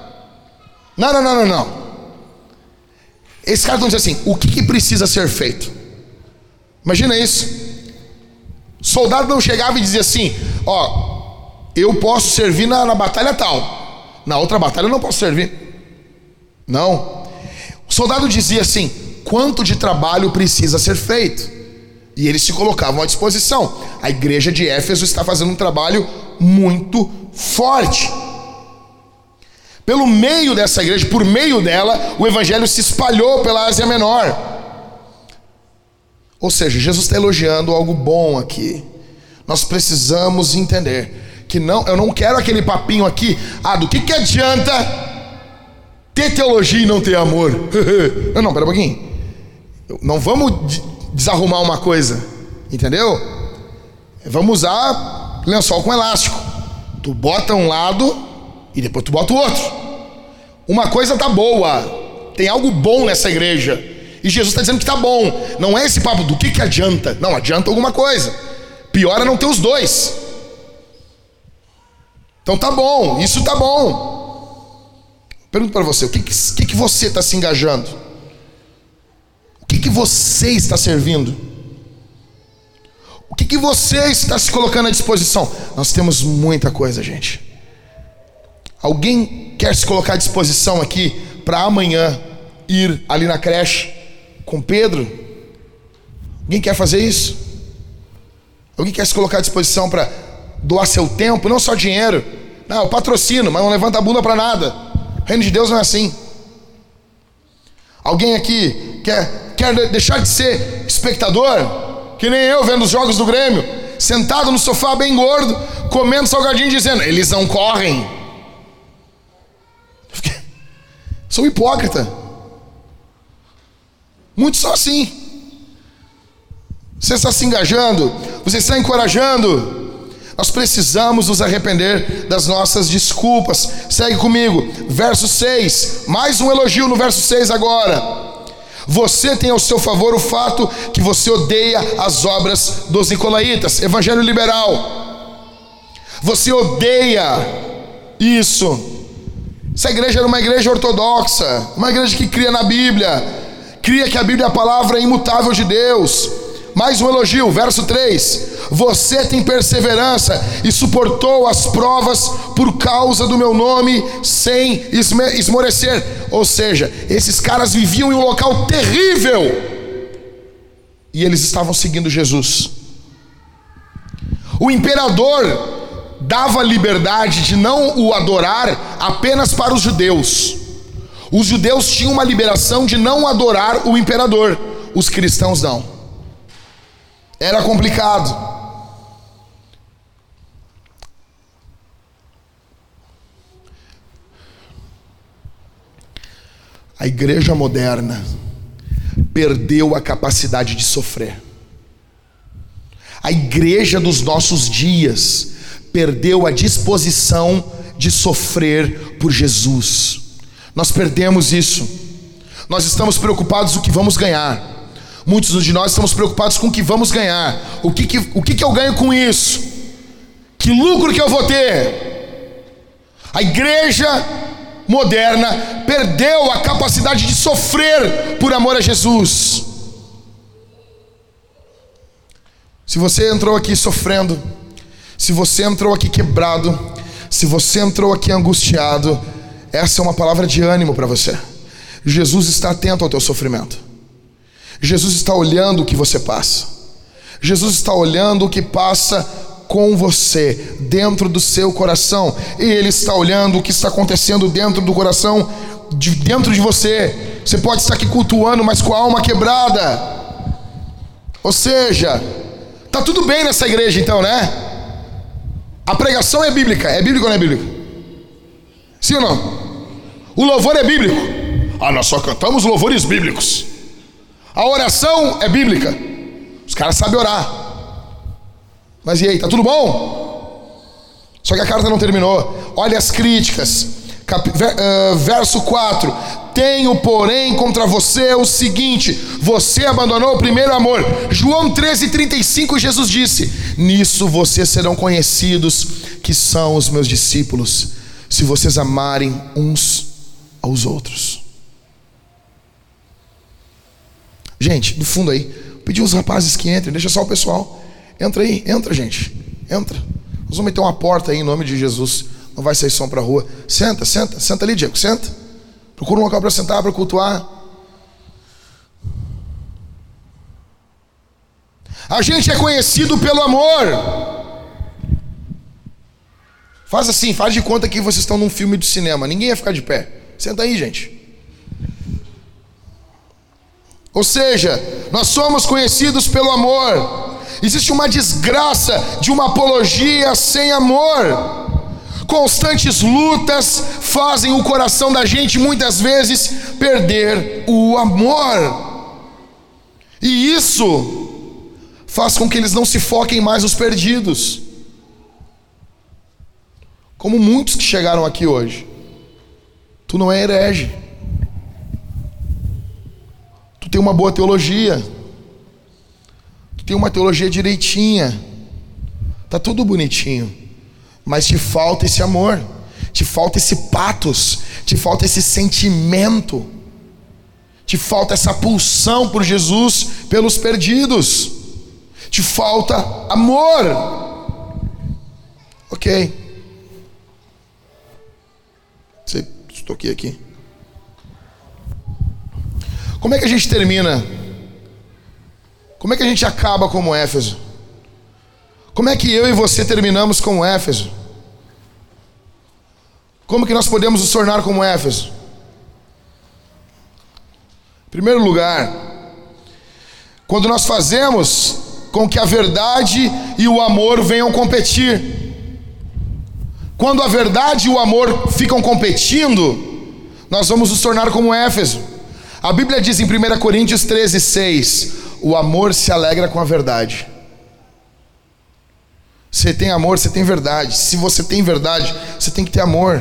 Não. Esses caras estão dizendo assim: o que precisa ser feito? Imagina isso. Soldado não chegava e dizia assim: ó, eu posso servir na batalha tal, na outra batalha eu não posso servir. Não. O soldado dizia assim: quanto de trabalho precisa ser feito? E eles se colocavam à disposição. A igreja de Éfeso está fazendo um trabalho muito forte. Pelo meio dessa igreja, por meio dela, o evangelho se espalhou pela Ásia Menor. Ou seja, Jesus está elogiando algo bom aqui. Nós precisamos entender que eu não quero aquele papinho aqui: ah, do que adianta ter teologia e não ter amor? Não, pera um pouquinho. Não vamos desarrumar uma coisa, entendeu? Vamos usar lençol com elástico. Tu bota um lado e depois tu bota o outro. Uma coisa tá boa, tem algo bom nessa igreja, e Jesus está dizendo que tá bom. Não é esse papo do que adianta. Não, adianta alguma coisa. Pior é não ter os dois. Então tá bom, isso tá bom. Pergunto para você: o que você está se engajando? O que você está servindo? O que você está se colocando à disposição? Nós temos muita coisa, gente. Alguém quer se colocar à disposição aqui para amanhã ir ali na creche com Pedro? Alguém quer fazer isso? Alguém quer se colocar à disposição para doar seu tempo? Não só dinheiro. Não, eu patrocino, mas não levanta a bunda para nada. O reino de Deus não é assim. Alguém aqui quer deixar de ser espectador? Que nem eu vendo os jogos do Grêmio, sentado no sofá bem gordo, comendo salgadinho, dizendo: eles não correm. Sou hipócrita. Muitos são assim. Você está se engajando, você está encorajando. Nós precisamos nos arrepender das nossas desculpas. Segue comigo, verso 6. Mais um elogio no verso 6 agora. Você tem ao seu favor o fato que você odeia as obras dos nicolaítas. Evangelho liberal. Você odeia isso. Essa igreja era uma igreja ortodoxa, uma igreja que cria na Bíblia, cria que a Bíblia é a palavra imutável de Deus. Mais um elogio, verso 3. Você tem perseverança e suportou as provas por causa do meu nome sem esmorecer. Ou seja, esses caras viviam em um local terrível e eles estavam seguindo Jesus. O imperador dava liberdade de não o adorar apenas para os judeus. Os judeus tinham uma liberação de não adorar o imperador. Os cristãos não. Era complicado. A igreja moderna perdeu a capacidade de sofrer. A igreja dos nossos dias perdeu a disposição de sofrer por Jesus. Nós perdemos isso. Nós estamos preocupados com o que vamos ganhar. Muitos de nós estamos preocupados com o que vamos ganhar. O que eu ganho com isso? Que lucro que eu vou ter? A igreja moderna perdeu a capacidade de sofrer por amor a Jesus. Se você entrou aqui sofrendo, se você entrou aqui quebrado, se você entrou aqui angustiado, essa é uma palavra de ânimo para você. Jesus está atento ao teu sofrimento. Jesus está olhando o que você passa. Jesus está olhando o que passa com você, dentro do seu coração. E Ele está olhando o que está acontecendo dentro do coração, dentro de você. Você pode estar aqui cultuando, mas com a alma quebrada. Ou seja, tá tudo bem nessa igreja então, né? A pregação é bíblica. É bíblico ou não é bíblico? Sim ou não? O louvor é bíblico. Nós só cantamos louvores bíblicos. A oração é bíblica. Os caras sabem orar. Mas e aí, tá tudo bom? Só que a carta não terminou. Olha as críticas. Verso 4: tenho, porém, contra você o seguinte: você abandonou o primeiro amor. João 13:35, Jesus disse: nisso vocês serão conhecidos que são os meus discípulos, se vocês amarem uns aos outros. Gente, do fundo aí, pedi uns rapazes que entrem, deixa só o pessoal. Entra aí, entra, gente, entra. Nós vamos meter uma porta aí em nome de Jesus. Não vai sair som pra rua. Senta ali, Diego, senta. Procura um local para sentar, para cultuar. A gente é conhecido pelo amor. Faz assim, faz de conta que vocês estão num filme de cinema. Ninguém ia ficar de pé. Senta aí, gente. Ou seja, nós somos conhecidos pelo amor. Existe uma desgraça de uma apologia sem amor. Constantes lutas fazem o coração da gente muitas vezes perder o amor. E isso faz com que eles não se foquem mais nos perdidos. Como muitos que chegaram aqui hoje. Tu não é herege. Tu tem uma boa teologia. Tu tem uma teologia direitinha. Tá tudo bonitinho. Mas te falta esse amor, te falta esse patos, te falta esse sentimento, te falta essa pulsão por Jesus, pelos perdidos, te falta amor. Ok. Estoquei aqui. Como é que a gente termina? Como é que a gente acaba como Éfeso? Como é que eu e você terminamos como Éfeso? Como que nós podemos nos tornar como Éfeso? Em primeiro lugar, quando nós fazemos com que a verdade e o amor venham competir. Quando a verdade e o amor ficam competindo, nós vamos nos tornar como Éfeso. A Bíblia diz em 1 Coríntios 13:6: o amor se alegra com a verdade. Você tem amor, você tem verdade. Se você tem verdade, você tem que ter amor.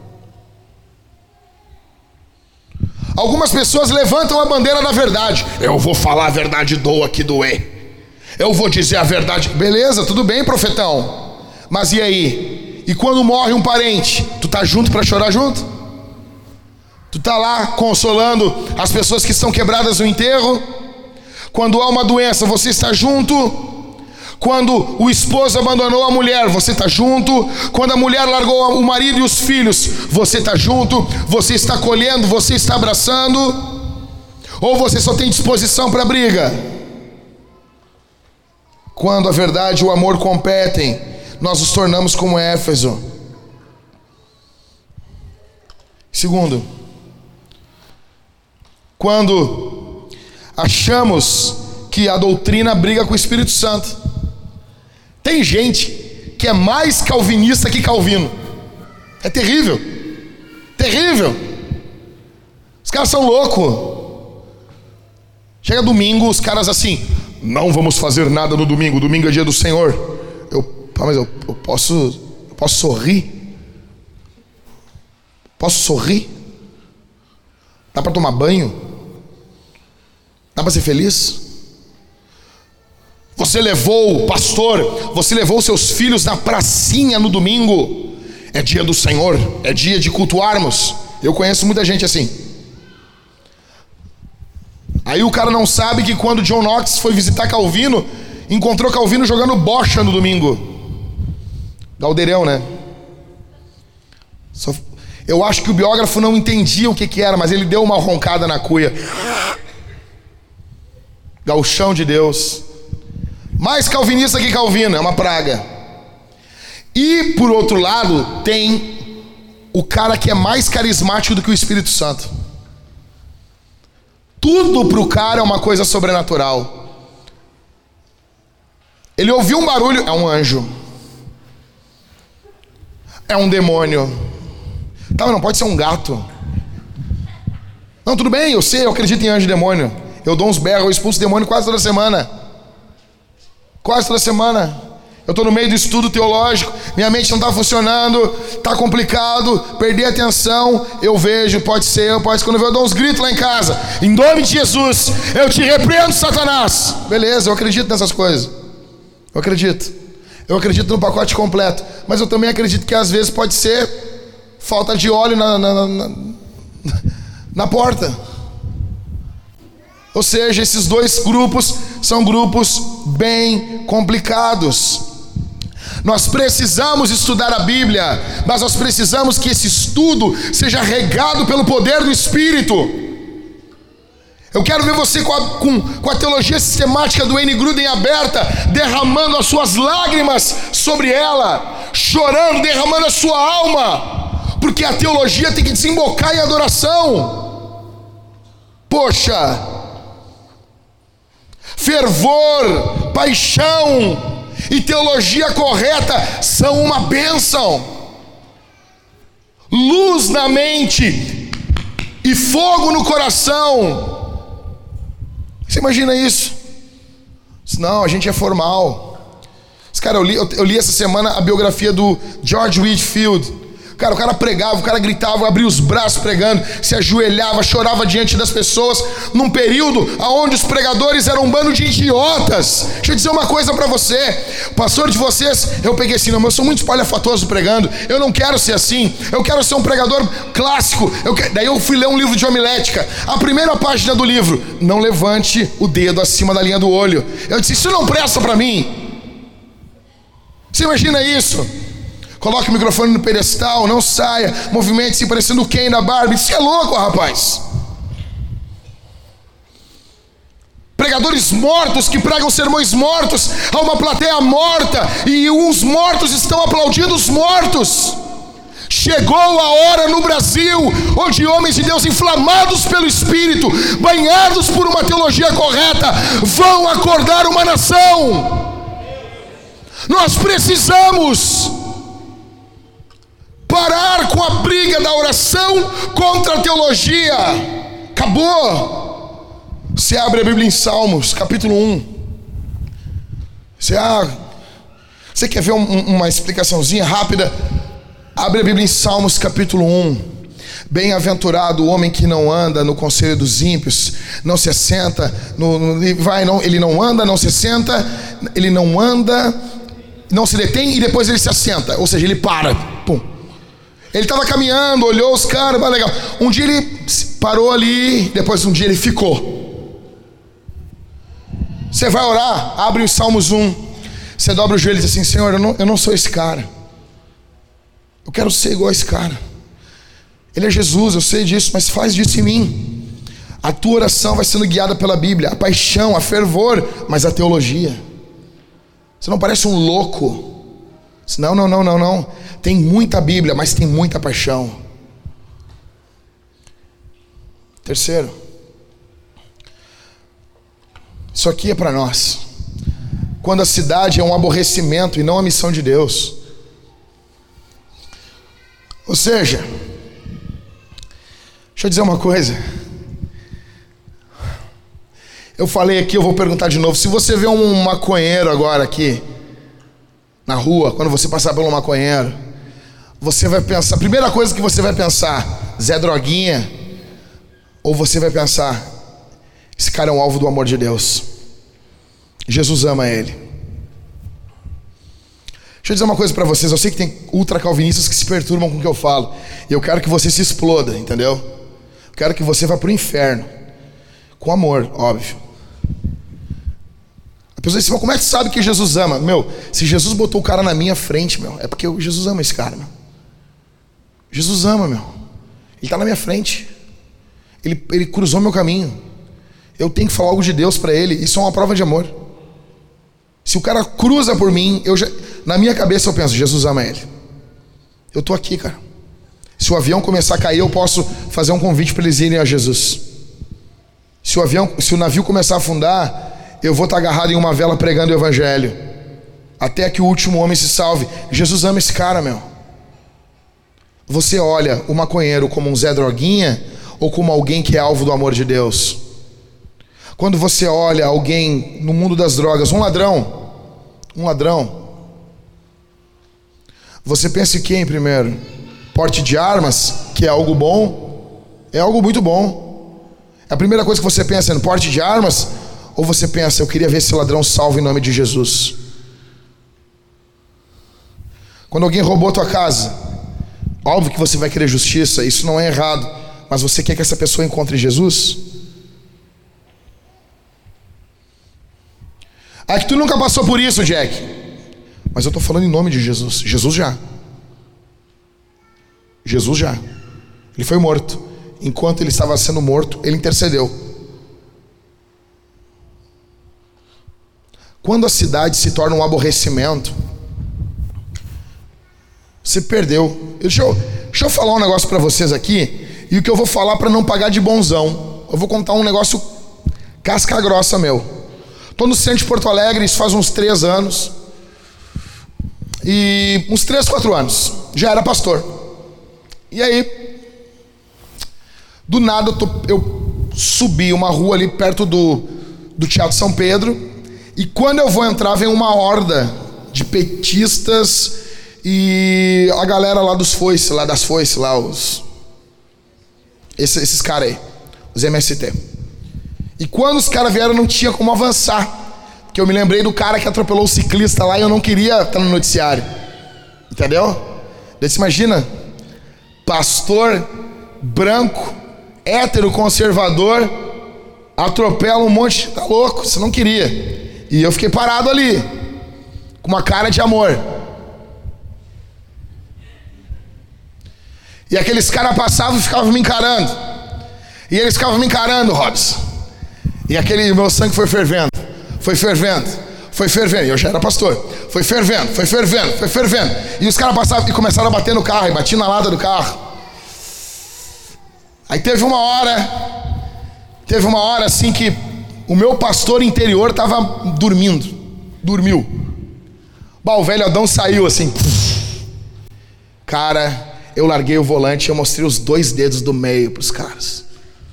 Algumas pessoas levantam a bandeira da verdade. Eu vou falar a verdade, doa que doer. Eu vou dizer a verdade. Beleza, tudo bem, profetão. Mas e aí? E quando morre um parente, tu tá junto para chorar junto? Tu tá lá consolando as pessoas que estão quebradas no enterro? Quando há uma doença, você está junto? Quando o esposo abandonou a mulher, você está junto. Quando a mulher largou o marido e os filhos, você está junto. Você está acolhendo, você está abraçando. Ou você só tem disposição para briga? Quando a verdade e o amor competem, nós nos tornamos como Éfeso. Segundo, quando achamos que a doutrina briga com o Espírito Santo. Tem gente que é mais calvinista que Calvino. É terrível. Terrível. Os caras são loucos. Chega domingo, os caras assim: não vamos fazer nada no domingo. Domingo é dia do Senhor. Mas eu posso sorrir? Posso sorrir? Dá para tomar banho? Dá para ser feliz? Você levou, pastor, você levou seus filhos na pracinha no domingo. É dia do Senhor, é dia de cultuarmos. Eu conheço muita gente assim. Aí o cara não sabe que quando John Knox foi visitar Calvino, encontrou Calvino jogando bocha no domingo. Galdeirão, né? Eu acho que o biógrafo não entendia o que era, mas ele deu uma roncada na cuia. Gauchão de Deus. Mais calvinista que Calvino, é uma praga. E por outro lado, tem o cara que é mais carismático do que o Espírito Santo. Tudo pro cara é uma coisa sobrenatural. Ele ouviu um barulho, é um anjo. É um demônio. Tá, mas não pode ser um gato. Não, tudo bem, eu sei, eu acredito em anjo e demônio. Eu dou uns berros, eu expulso demônio quase toda semana. Quase toda semana. Eu estou no meio do estudo teológico, minha mente não está funcionando, está complicado, perdi a atenção, eu vejo, pode ser, quando eu dou uns gritos lá em casa, em nome de Jesus, eu te repreendo, Satanás. Beleza, eu acredito nessas coisas. Eu acredito no pacote completo. Mas eu também acredito que às vezes pode ser falta de óleo na porta. Ou seja, esses dois grupos são grupos bem complicados. Nós precisamos estudar a Bíblia, mas nós precisamos que esse estudo seja regado pelo poder do Espírito. Eu quero ver você com a teologia sistemática do Wayne Grudem aberta, derramando as suas lágrimas sobre ela, chorando, derramando a sua alma, porque a teologia tem que desembocar em adoração. Poxa, fervor, paixão e teologia correta são uma bênção. Luz na mente e fogo no coração. Você imagina isso? Não, a gente é formal. Cara, eu li essa semana a biografia do George Whitefield. Cara, o cara pregava, o cara gritava, abria os braços pregando, se ajoelhava, chorava diante das pessoas, num período onde os pregadores eram um bando de idiotas. Deixa eu dizer uma coisa pra você, pastor de vocês, eu peguei assim, não, eu sou muito espalhafatoso pregando, eu não quero ser assim, eu quero ser um pregador clássico. Daí eu fui ler um livro de homilética, a primeira página do livro, não levante o dedo acima da linha do olho. Eu disse, isso não presta pra mim. Você imagina isso? Coloque o microfone no pedestal, não saia, movimente-se parecendo o Ken da Barbie. Isso é louco, rapaz. Pregadores mortos que pregam sermões mortos a uma plateia morta, e os mortos estão aplaudindo os mortos. Chegou a hora no Brasil onde homens de Deus inflamados pelo Espírito, banhados por uma teologia correta, vão acordar uma nação. Nós precisamos parar com a briga da oração contra a teologia. Acabou. Você abre a Bíblia em Salmos, capítulo 1. Você quer ver uma explicaçãozinha rápida? Abre a Bíblia em Salmos, capítulo 1. Bem-aventurado o homem que não anda no conselho dos ímpios, não se assenta, ele não anda, não se senta, ele não anda, não se detém e depois ele se assenta, ou seja, ele para. Pum. Ele estava caminhando, olhou os caras, legal. Um dia ele parou ali, depois um dia ele ficou. Você vai orar, abre os Salmos 1, você dobra o joelho e diz assim, Senhor, eu não sou esse cara. Eu quero ser igual a esse cara. Ele é Jesus, eu sei disso, mas faz disso em mim. A tua oração vai sendo guiada pela Bíblia, a paixão, a fervor, mas a teologia. Você não parece um louco. Não. Tem muita Bíblia, mas tem muita paixão. Terceiro, isso aqui é para nós. Quando a cidade é um aborrecimento e não a missão de Deus. Ou seja, deixa eu dizer uma coisa. Eu falei aqui, eu vou perguntar de novo. Se você vê um maconheiro agora aqui na rua, quando você passar pelo maconheiro, você vai pensar, a primeira coisa que você vai pensar, Zé Droguinha, ou você vai pensar, esse cara é um alvo do amor de Deus, Jesus ama ele. Deixa eu dizer uma coisa para vocês, eu sei que tem ultracalvinistas que se perturbam com o que eu falo, e eu quero que você se exploda, entendeu? Eu quero que você vá pro inferno, com amor, óbvio. A pessoa diz assim, como é que você sabe que Jesus ama? Se Jesus botou o cara na minha frente, é porque Jesus ama esse cara, Jesus ama, Ele está na minha frente. Ele cruzou meu caminho. eu tenho que falar algo de Deus para ele. Isso é uma prova de amor. Se o cara cruza por mim, na minha cabeça eu penso, Jesus ama ele. Eu tô aqui, cara. Se o avião começar a cair, eu posso fazer um convite para eles irem a Jesus. Se o navio começar a afundar, eu vou estar agarrado em uma vela pregando o evangelho, até que o último homem se salve. Jesus ama esse cara, meu. Você olha o maconheiro como um Zé Droguinha ou como alguém que é alvo do amor de Deus? Quando você olha alguém no mundo das drogas, um ladrão, você pensa em quem primeiro? Porte de armas, que é algo bom, é algo muito bom. A primeira coisa que você pensa é no porte de armas, ou você pensa, eu queria ver esse ladrão salvo em nome de Jesus? Quando alguém roubou a tua casa, óbvio que você vai querer justiça, isso não é errado, mas você quer que essa pessoa encontre Jesus? Ah, que tu nunca passou por isso, Jack. Mas eu estou falando em nome de Jesus. Jesus já. Ele foi morto. Enquanto ele estava sendo morto, ele intercedeu. Quando a cidade se torna um aborrecimento, você perdeu. Deixa eu falar um negócio para vocês aqui. E o que eu vou falar para não pagar de bonzão. Eu vou contar um negócio casca grossa meu. Estou no centro de Porto Alegre, isso faz uns 3 anos. E uns 3, 4 anos. Já era pastor. E aí, do nada eu subi uma rua ali perto do Teatro São Pedro. E quando eu vou entrar, vem uma horda de petistas e a galera lá das foices, esses caras aí, os MST. E quando os caras vieram, não tinha como avançar, porque eu me lembrei do cara que atropelou o ciclista lá e eu não queria estar no noticiário, entendeu? Daí você imagina, pastor branco, hétero, conservador, atropela um monte, tá louco, você não queria. E eu fiquei parado ali, com uma cara de amor. E aqueles caras passavam e ficavam me encarando. E eles ficavam me encarando, Robson. E aquele meu sangue foi fervendo. E eu já era pastor. Foi fervendo. E os caras passavam e começaram a bater no carro, e batiam na lata do carro. Aí teve uma hora assim que o meu pastor interior estava dormiu. Bah, o velho Adão saiu assim. Cara, eu larguei o volante e eu mostrei os 2 dedos do meio pros caras.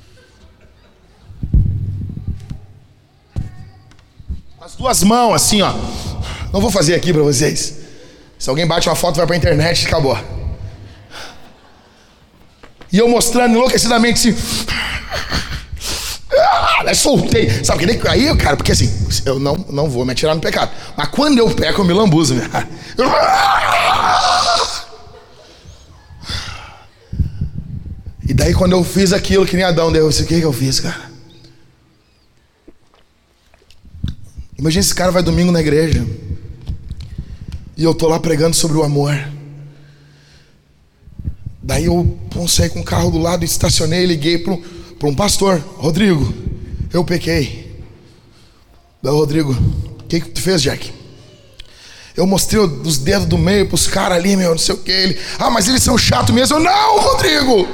As 2 mãos assim, ó. Não vou fazer aqui pra vocês. Se alguém bate uma foto, vai pra internet e acabou. E eu mostrando enlouquecidamente assim. Aí soltei. Sabe que nem aí, cara, porque assim, eu não vou me atirar no pecado. Mas quando eu peco, eu me lambuzo, né? E daí quando eu fiz aquilo que nem Adão, eu disse, o que eu fiz, cara? Imagina esse cara vai domingo na igreja e eu tô lá pregando sobre o amor. Daí eu saí com o carro do lado, estacionei e liguei para um pastor. Rodrigo, eu pequei. Daí Rodrigo, o que tu fez, Jack? Eu mostrei os dedos do meio pros caras ali, meu, não sei o que. Ele, mas eles são chatos mesmo. Eu, não, Rodrigo!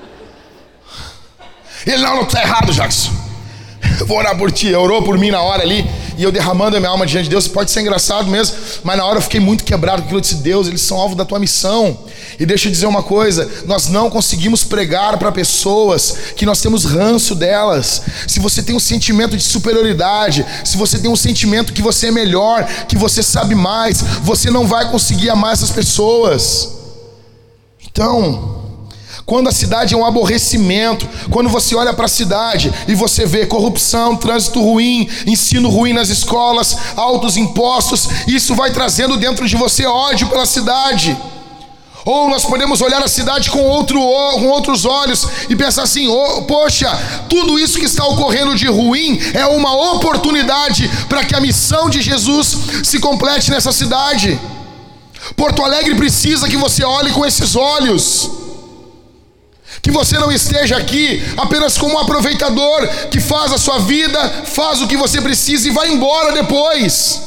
Ele, não tá errado, Jackson. Eu vou orar por ti. Orou por mim na hora ali. E eu derramando a minha alma diante de Deus. Pode ser engraçado mesmo, mas na hora eu fiquei muito quebrado com aquilo. Eu disse, Deus, eles são alvo da tua missão. E deixa eu dizer uma coisa, nós não conseguimos pregar para pessoas que nós temos ranço delas. Se você tem um sentimento de superioridade, se você tem um sentimento que você é melhor, que você sabe mais, você não vai conseguir amar essas pessoas. Então, quando a cidade é um aborrecimento, quando você olha para a cidade e você vê corrupção, trânsito ruim, ensino ruim nas escolas, altos impostos, isso vai trazendo dentro de você ódio pela cidade. Ou nós podemos olhar a cidade com outros olhos e pensar assim, poxa, tudo isso que está ocorrendo de ruim é uma oportunidade para que a missão de Jesus se complete nessa cidade. Porto Alegre precisa que você olhe com esses olhos. Que você não esteja aqui apenas como um aproveitador que faz a sua vida, faz o que você precisa e vai embora depois.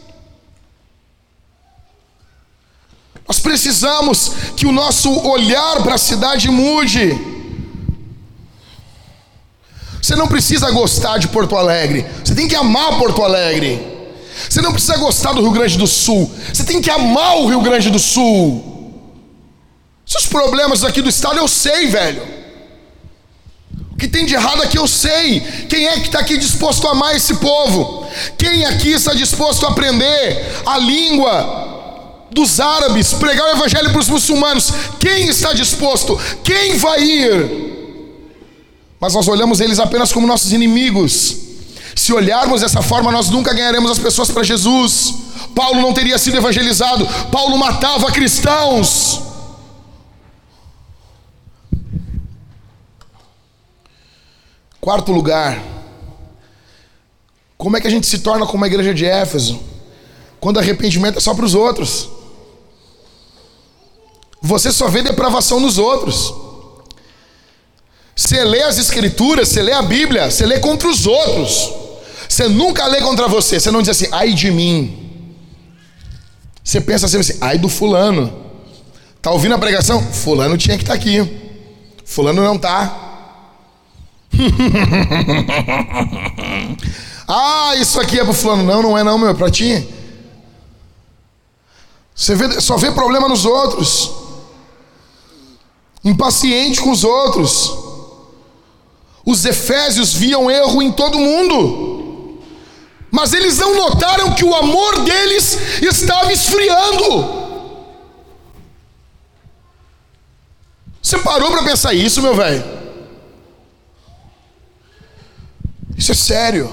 Nós precisamos que o nosso olhar para a cidade mude. Você não precisa gostar de Porto Alegre, você tem que amar Porto Alegre. Você não precisa gostar do Rio Grande do Sul, você tem que amar o Rio Grande do Sul. Os problemas aqui do estado eu sei, velho. O que tem de errado aqui eu sei. Quem é que está aqui disposto a amar esse povo? Quem aqui está disposto a aprender a língua dos árabes, pregar o evangelho para os muçulmanos? Quem está disposto? Quem vai ir? Mas nós olhamos eles apenas como nossos inimigos. Se olharmos dessa forma, nós nunca ganharemos as pessoas para Jesus. Paulo não teria sido evangelizado. Paulo matava cristãos. Quarto lugar, como é que a gente se torna como a igreja de Éfeso? Quando arrependimento é só para os outros. Você só vê depravação nos outros. Você lê as escrituras, você lê a Bíblia, você lê contra os outros. Você nunca lê contra você. Você não diz assim, ai de mim. Você pensa assim, ai do fulano. Tá ouvindo a pregação? Fulano tinha que estar aqui. Fulano não está. Ah, isso aqui é pro fulano. Não, não é não, meu, é pra ti. Você só vê problema nos outros. Impaciente com os outros. Os efésios viam erro em todo mundo, mas eles não notaram que o amor deles estava esfriando. Você parou para pensar isso, meu velho? Isso é sério.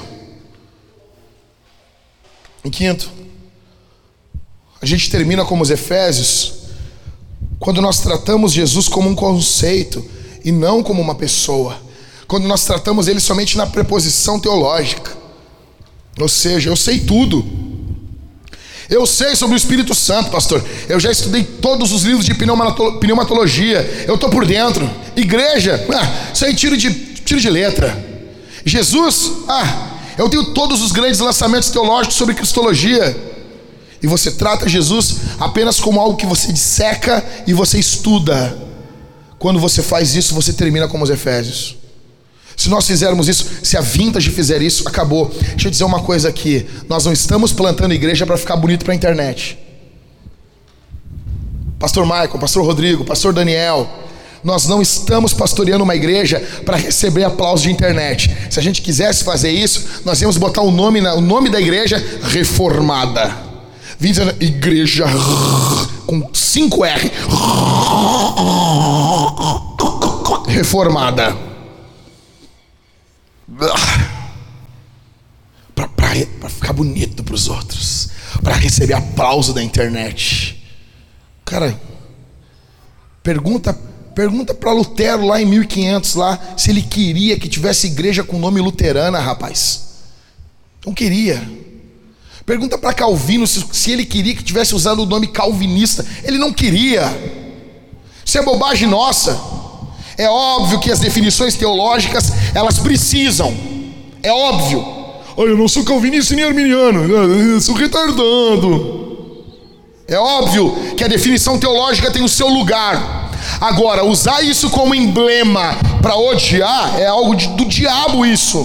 Em quinto, a gente termina como os efésios quando nós tratamos Jesus como um conceito e não como uma pessoa. Quando nós tratamos ele somente na preposição teológica. Ou seja, eu sei tudo. Eu sei sobre o Espírito Santo, pastor. Eu já estudei todos os livros de pneumatologia. Eu estou por dentro. Igreja, isso aí tiro de letra. Jesus, eu tenho todos os grandes lançamentos teológicos sobre cristologia. E você trata Jesus apenas como algo que você disseca e você estuda. Quando você faz isso, você termina como os efésios. Se nós fizermos isso, se a Vintage fizer isso, acabou. Deixa eu dizer uma coisa aqui. Nós não estamos plantando igreja para ficar bonito para a internet. Pastor Michael, Pastor Rodrigo, Pastor Daniel, nós não estamos pastoreando uma igreja para receber aplausos de internet. Se a gente quisesse fazer isso, nós íamos botar o nome da igreja Reformada. Vim dizendo igreja com 5R. Reformada. Para ficar bonito para os outros, para receber aplauso da internet. Cara, pergunta para Lutero lá em 1500 lá, se ele queria que tivesse igreja com nome luterana, rapaz. Não queria. Pergunta para Calvino se ele queria que tivesse usado o nome calvinista. Ele não queria. Isso é bobagem nossa. É óbvio que as definições teológicas, elas precisam. É óbvio. Eu não sou calvinista nem arminiano, eu sou retardado. É óbvio que a definição teológica tem o seu lugar. Agora, usar isso como emblema para odiar é algo do diabo isso.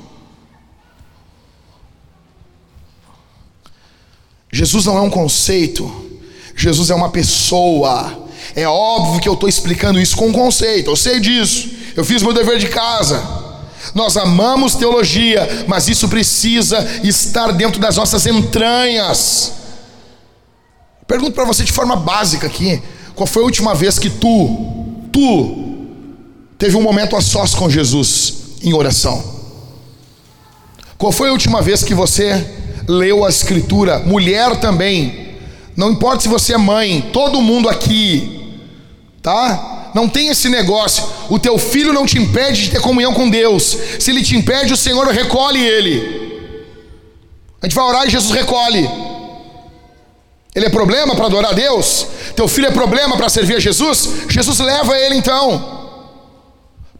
Jesus não é um conceito, Jesus é uma pessoa. É óbvio que eu estou explicando isso com um conceito, eu sei disso, eu fiz meu dever de casa. Nós amamos teologia, mas isso precisa estar dentro das nossas entranhas. Pergunto para você de forma básica aqui: qual foi a última vez que tu teve um momento a sós com Jesus em oração? Qual foi a última vez que você leu a escritura? Mulher também, não importa se você é mãe, todo mundo aqui, tá? Não tem esse negócio, o teu filho não te impede de ter comunhão com Deus. Se ele te impede, o Senhor recolhe ele. A gente vai orar e Jesus recolhe. Ele é problema para adorar a Deus? Teu filho é problema para servir a Jesus? Jesus leva ele então.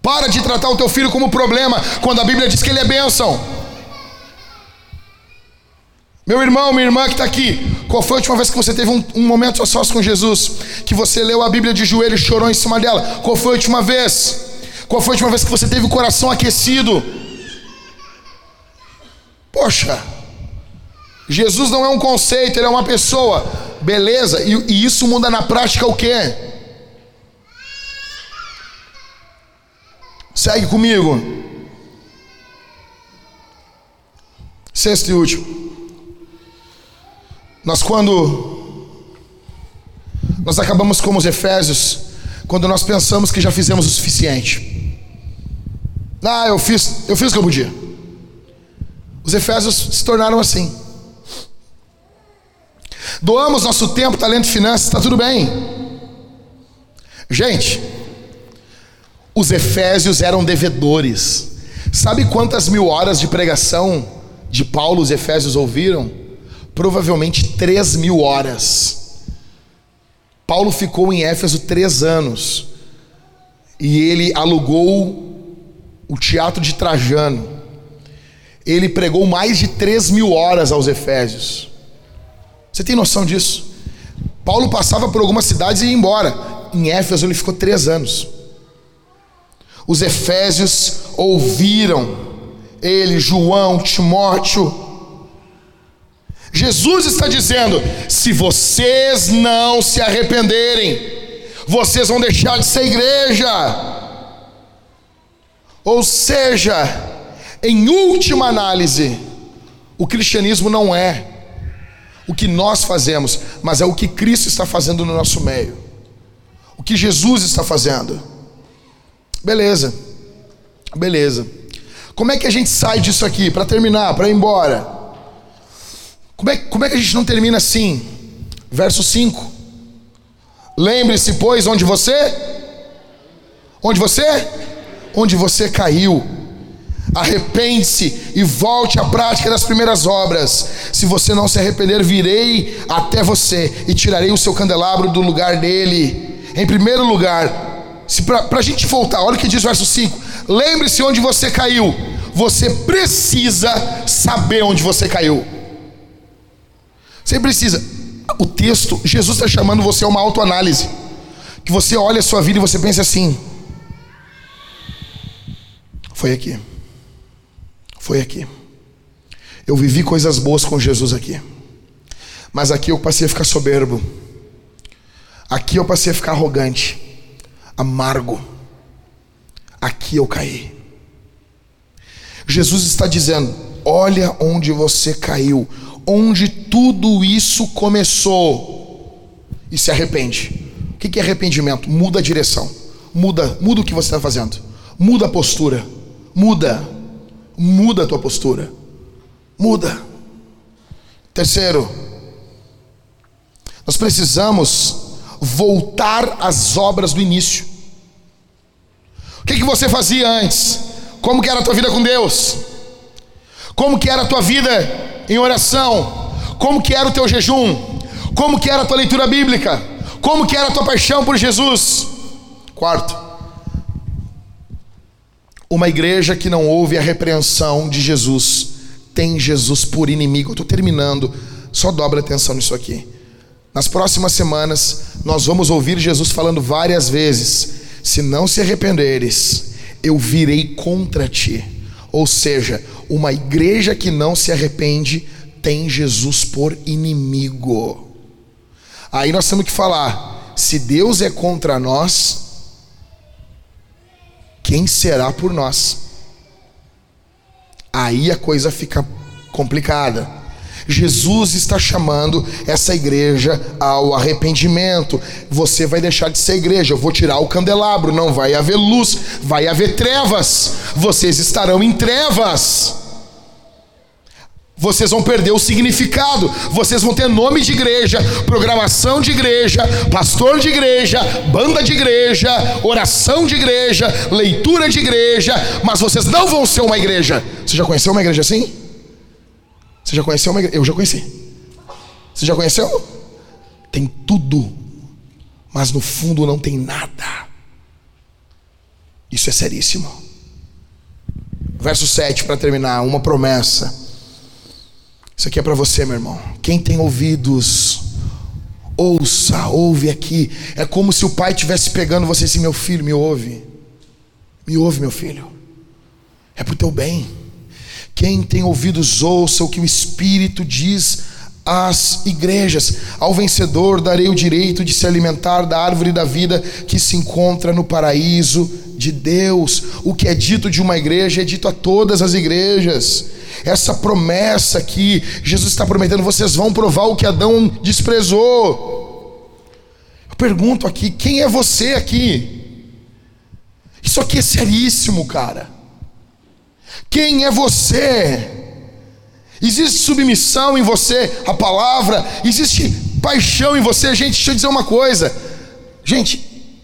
Para de tratar o teu filho como problema, quando a Bíblia diz que ele é bênção. Meu irmão, minha irmã que está aqui, qual foi a última vez que você teve um momento a sós com Jesus? Que você leu a Bíblia de joelho e chorou em cima dela? Qual foi a última vez? Qual foi a última vez que você teve o coração aquecido? Poxa, Jesus não é um conceito, ele é uma pessoa. Beleza, e isso muda na prática o quê? Segue comigo. Sexto e último. Nós acabamos como os Efésios, quando nós pensamos que já fizemos o suficiente. Eu fiz o que eu podia. Os Efésios se tornaram assim. Doamos nosso tempo, talento e finanças, está tudo bem. Gente, os Efésios eram devedores. Sabe quantas mil horas de pregação de Paulo os Efésios ouviram? Provavelmente 3.000 horas. Paulo ficou em Éfeso 3 anos. E ele alugou o teatro de Trajano. Ele pregou mais de 3.000 horas aos Efésios. Você tem noção disso? Paulo passava por algumas cidades e ia embora. Em Éfeso ele ficou 3 anos. Os Efésios ouviram ele, João, Timóteo. Jesus está dizendo: se vocês não se arrependerem, vocês vão deixar de ser igreja. Ou seja, em última análise, o cristianismo não é o que nós fazemos, mas é o que Cristo está fazendo no nosso meio, o que Jesus está fazendo. Beleza. Como é que a gente sai disso aqui? Para terminar, para ir embora, como é que a gente não termina assim? Verso 5. Lembre-se, pois, onde você caiu. Arrepende-se e volte à prática das primeiras obras. Se você não se arrepender, virei até você e tirarei o seu candelabro do lugar dele. Em primeiro lugar, para a gente voltar, olha o que diz o verso 5. Lembre-se onde você caiu. Você precisa saber onde você caiu. Você precisa. O texto, Jesus está chamando você a uma autoanálise. Que você olha a sua vida e você pensa assim: foi aqui. Eu vivi coisas boas com Jesus aqui, mas aqui eu passei a ficar soberbo. Aqui eu passei a ficar arrogante, amargo. Aqui eu caí. Jesus está dizendo: olha onde você caiu, onde tudo isso começou, e se arrepende. O que é arrependimento? Muda a direção, muda o que você está fazendo, muda a postura, muda a tua postura, muda. Terceiro, nós precisamos voltar às obras do início. O que você fazia antes? Como que era a tua vida com Deus? Como que era a tua vida em oração? Como que era o teu jejum? Como que era a tua leitura bíblica? Como que era a tua paixão por Jesus? Quarto, uma igreja que não ouve a repreensão de Jesus tem Jesus por inimigo. Eu estou terminando, só dobra atenção nisso aqui. Nas próximas semanas nós vamos ouvir Jesus falando várias vezes: se não se arrependeres, eu virei contra ti. Ou seja, uma igreja que não se arrepende tem Jesus por inimigo. Aí nós temos que falar: se Deus é contra nós, quem será por nós? Aí a coisa fica complicada. Jesus está chamando essa igreja ao arrependimento. Você vai deixar de ser igreja, eu vou tirar o candelabro, não vai haver luz, vai haver trevas. Vocês estarão em trevas. Vocês vão perder o significado. Vocês vão ter nome de igreja, programação de igreja, pastor de igreja, banda de igreja, oração de igreja, leitura de igreja, mas vocês não vão ser uma igreja. Você já conheceu uma igreja assim? Você já conheceu uma igreja? Eu já conheci. Você já conheceu? Tem tudo, mas no fundo não tem nada. Isso é seríssimo. Verso 7 para terminar, uma promessa. Isso aqui é para você, meu irmão. Quem tem ouvidos, ouve aqui. É como se o pai estivesse pegando você assim: meu filho, me ouve, meu filho, é pro teu bem. Quem tem ouvidos, ouça o que o Espírito diz às igrejas. Ao vencedor darei o direito de se alimentar da árvore da vida que se encontra no paraíso de Deus. O que é dito de uma igreja é dito a todas as igrejas. Essa promessa que Jesus está prometendo: vocês vão provar o que Adão desprezou. Eu pergunto aqui: quem é você aqui? Isso aqui é seríssimo, cara. Quem é você? Existe submissão em você à palavra? Existe paixão em você? Gente, deixa eu dizer uma coisa. Gente,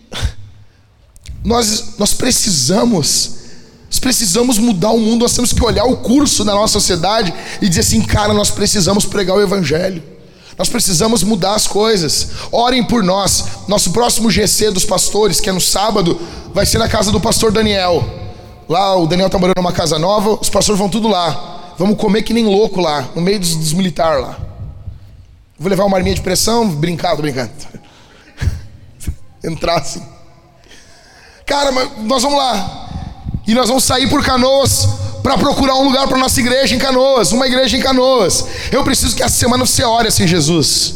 nós precisamos mudar o mundo. Nós temos que olhar o curso da nossa sociedade e dizer assim: cara, nós precisamos pregar o evangelho. Nós precisamos mudar as coisas. Orem por nós. Nosso próximo GC dos pastores, que é no sábado, vai ser na casa do pastor Daniel. Lá o Daniel está morando numa casa nova, os pastores vão tudo lá. Vamos comer que nem louco lá, no meio dos militares lá. Vou levar uma arminha de pressão, tô brincando. Entrar assim. Cara, mas nós vamos lá. E nós vamos sair por Canoas para procurar um lugar para nossa igreja em Canoas. Uma igreja em Canoas. Eu preciso que essa semana você ore assim: Jesus,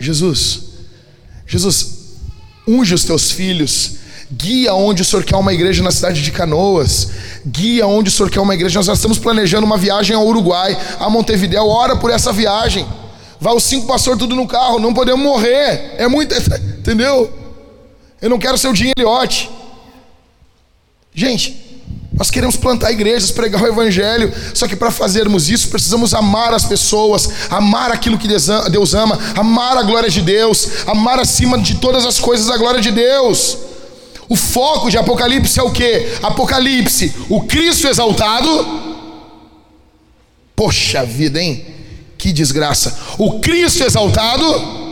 unge os teus filhos. Guia onde o Senhor quer uma igreja na cidade de Canoas. Guia onde o Senhor quer uma igreja. Nós já estamos planejando uma viagem ao Uruguai, a Montevidéu. Ora por essa viagem. Vai os 5 pastores tudo no carro. Não podemos morrer. É muito, entendeu? Eu não quero ser o Jim Elliot. Gente, nós queremos plantar igrejas, pregar o evangelho. Só que para fazermos isso, precisamos amar as pessoas, amar aquilo que Deus ama, amar a glória de Deus, amar acima de todas as coisas a glória de Deus. O foco de Apocalipse é o quê? Apocalipse, o Cristo exaltado. Poxa vida, hein? Que desgraça. O Cristo exaltado.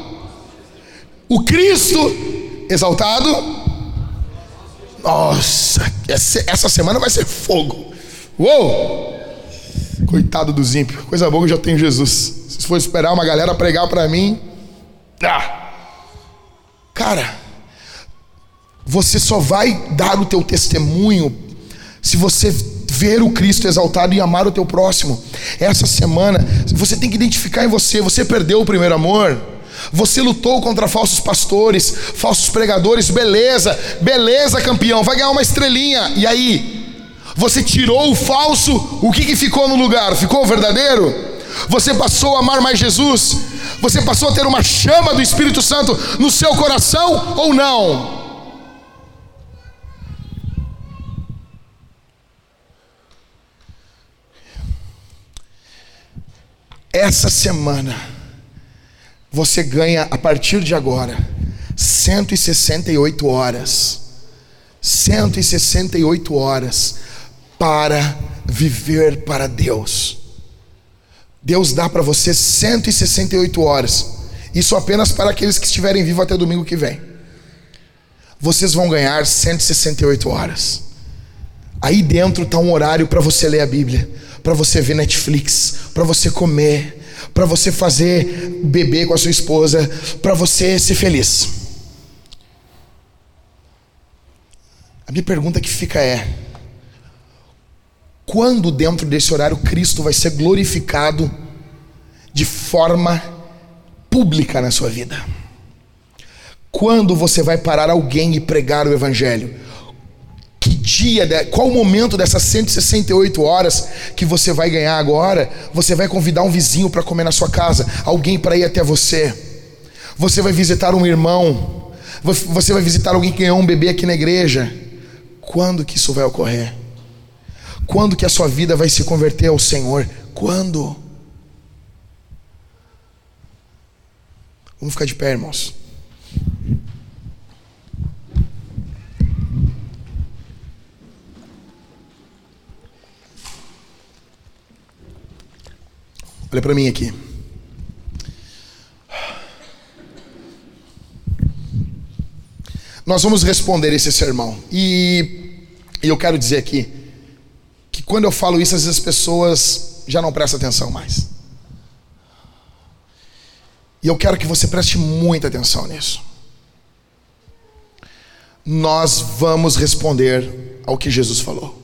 O Cristo exaltado. Nossa, essa semana vai ser fogo. Uou! Coitado dos ímpios. Coisa boa que eu já tenho Jesus. Se for esperar uma galera pregar para mim, cara, você só vai dar o teu testemunho se você ver o Cristo exaltado e amar o teu próximo. Essa semana você tem que identificar em você: você perdeu o primeiro amor. Você lutou contra falsos pastores, falsos pregadores. Beleza, campeão, vai ganhar uma estrelinha. E aí? Você tirou o falso, o que ficou no lugar? Ficou o verdadeiro? Você passou a amar mais Jesus? Você passou a ter uma chama do Espírito Santo no seu coração ou não? Essa semana você ganha, a partir de agora, 168 horas. 168 horas para viver para Deus. Deus dá para você 168 horas. Isso apenas para aqueles que estiverem vivos até domingo que vem. Vocês vão ganhar 168 horas. Aí dentro está um horário para você ler a Bíblia, para você ver Netflix, para você comer, para você fazer bebê com a sua esposa, para você ser feliz. A minha pergunta que fica é: quando dentro desse horário Cristo vai ser glorificado de forma pública na sua vida? Quando você vai parar alguém e pregar o evangelho? Que dia, qual o momento dessas 168 horas que você vai ganhar agora? Você vai convidar um vizinho para comer na sua casa, alguém para ir até você. Você vai visitar um irmão, você vai visitar alguém que ganhou um bebê aqui na igreja. Quando que isso vai ocorrer? Quando que a sua vida vai se converter ao Senhor? Quando? Vamos ficar de pé, irmãos. Olha para mim aqui. Nós vamos responder esse sermão. E E eu quero dizer aqui que quando eu falo isso, às vezes as pessoas já não prestam atenção mais. E eu quero que você preste muita atenção nisso. Nós vamos responder ao que Jesus falou.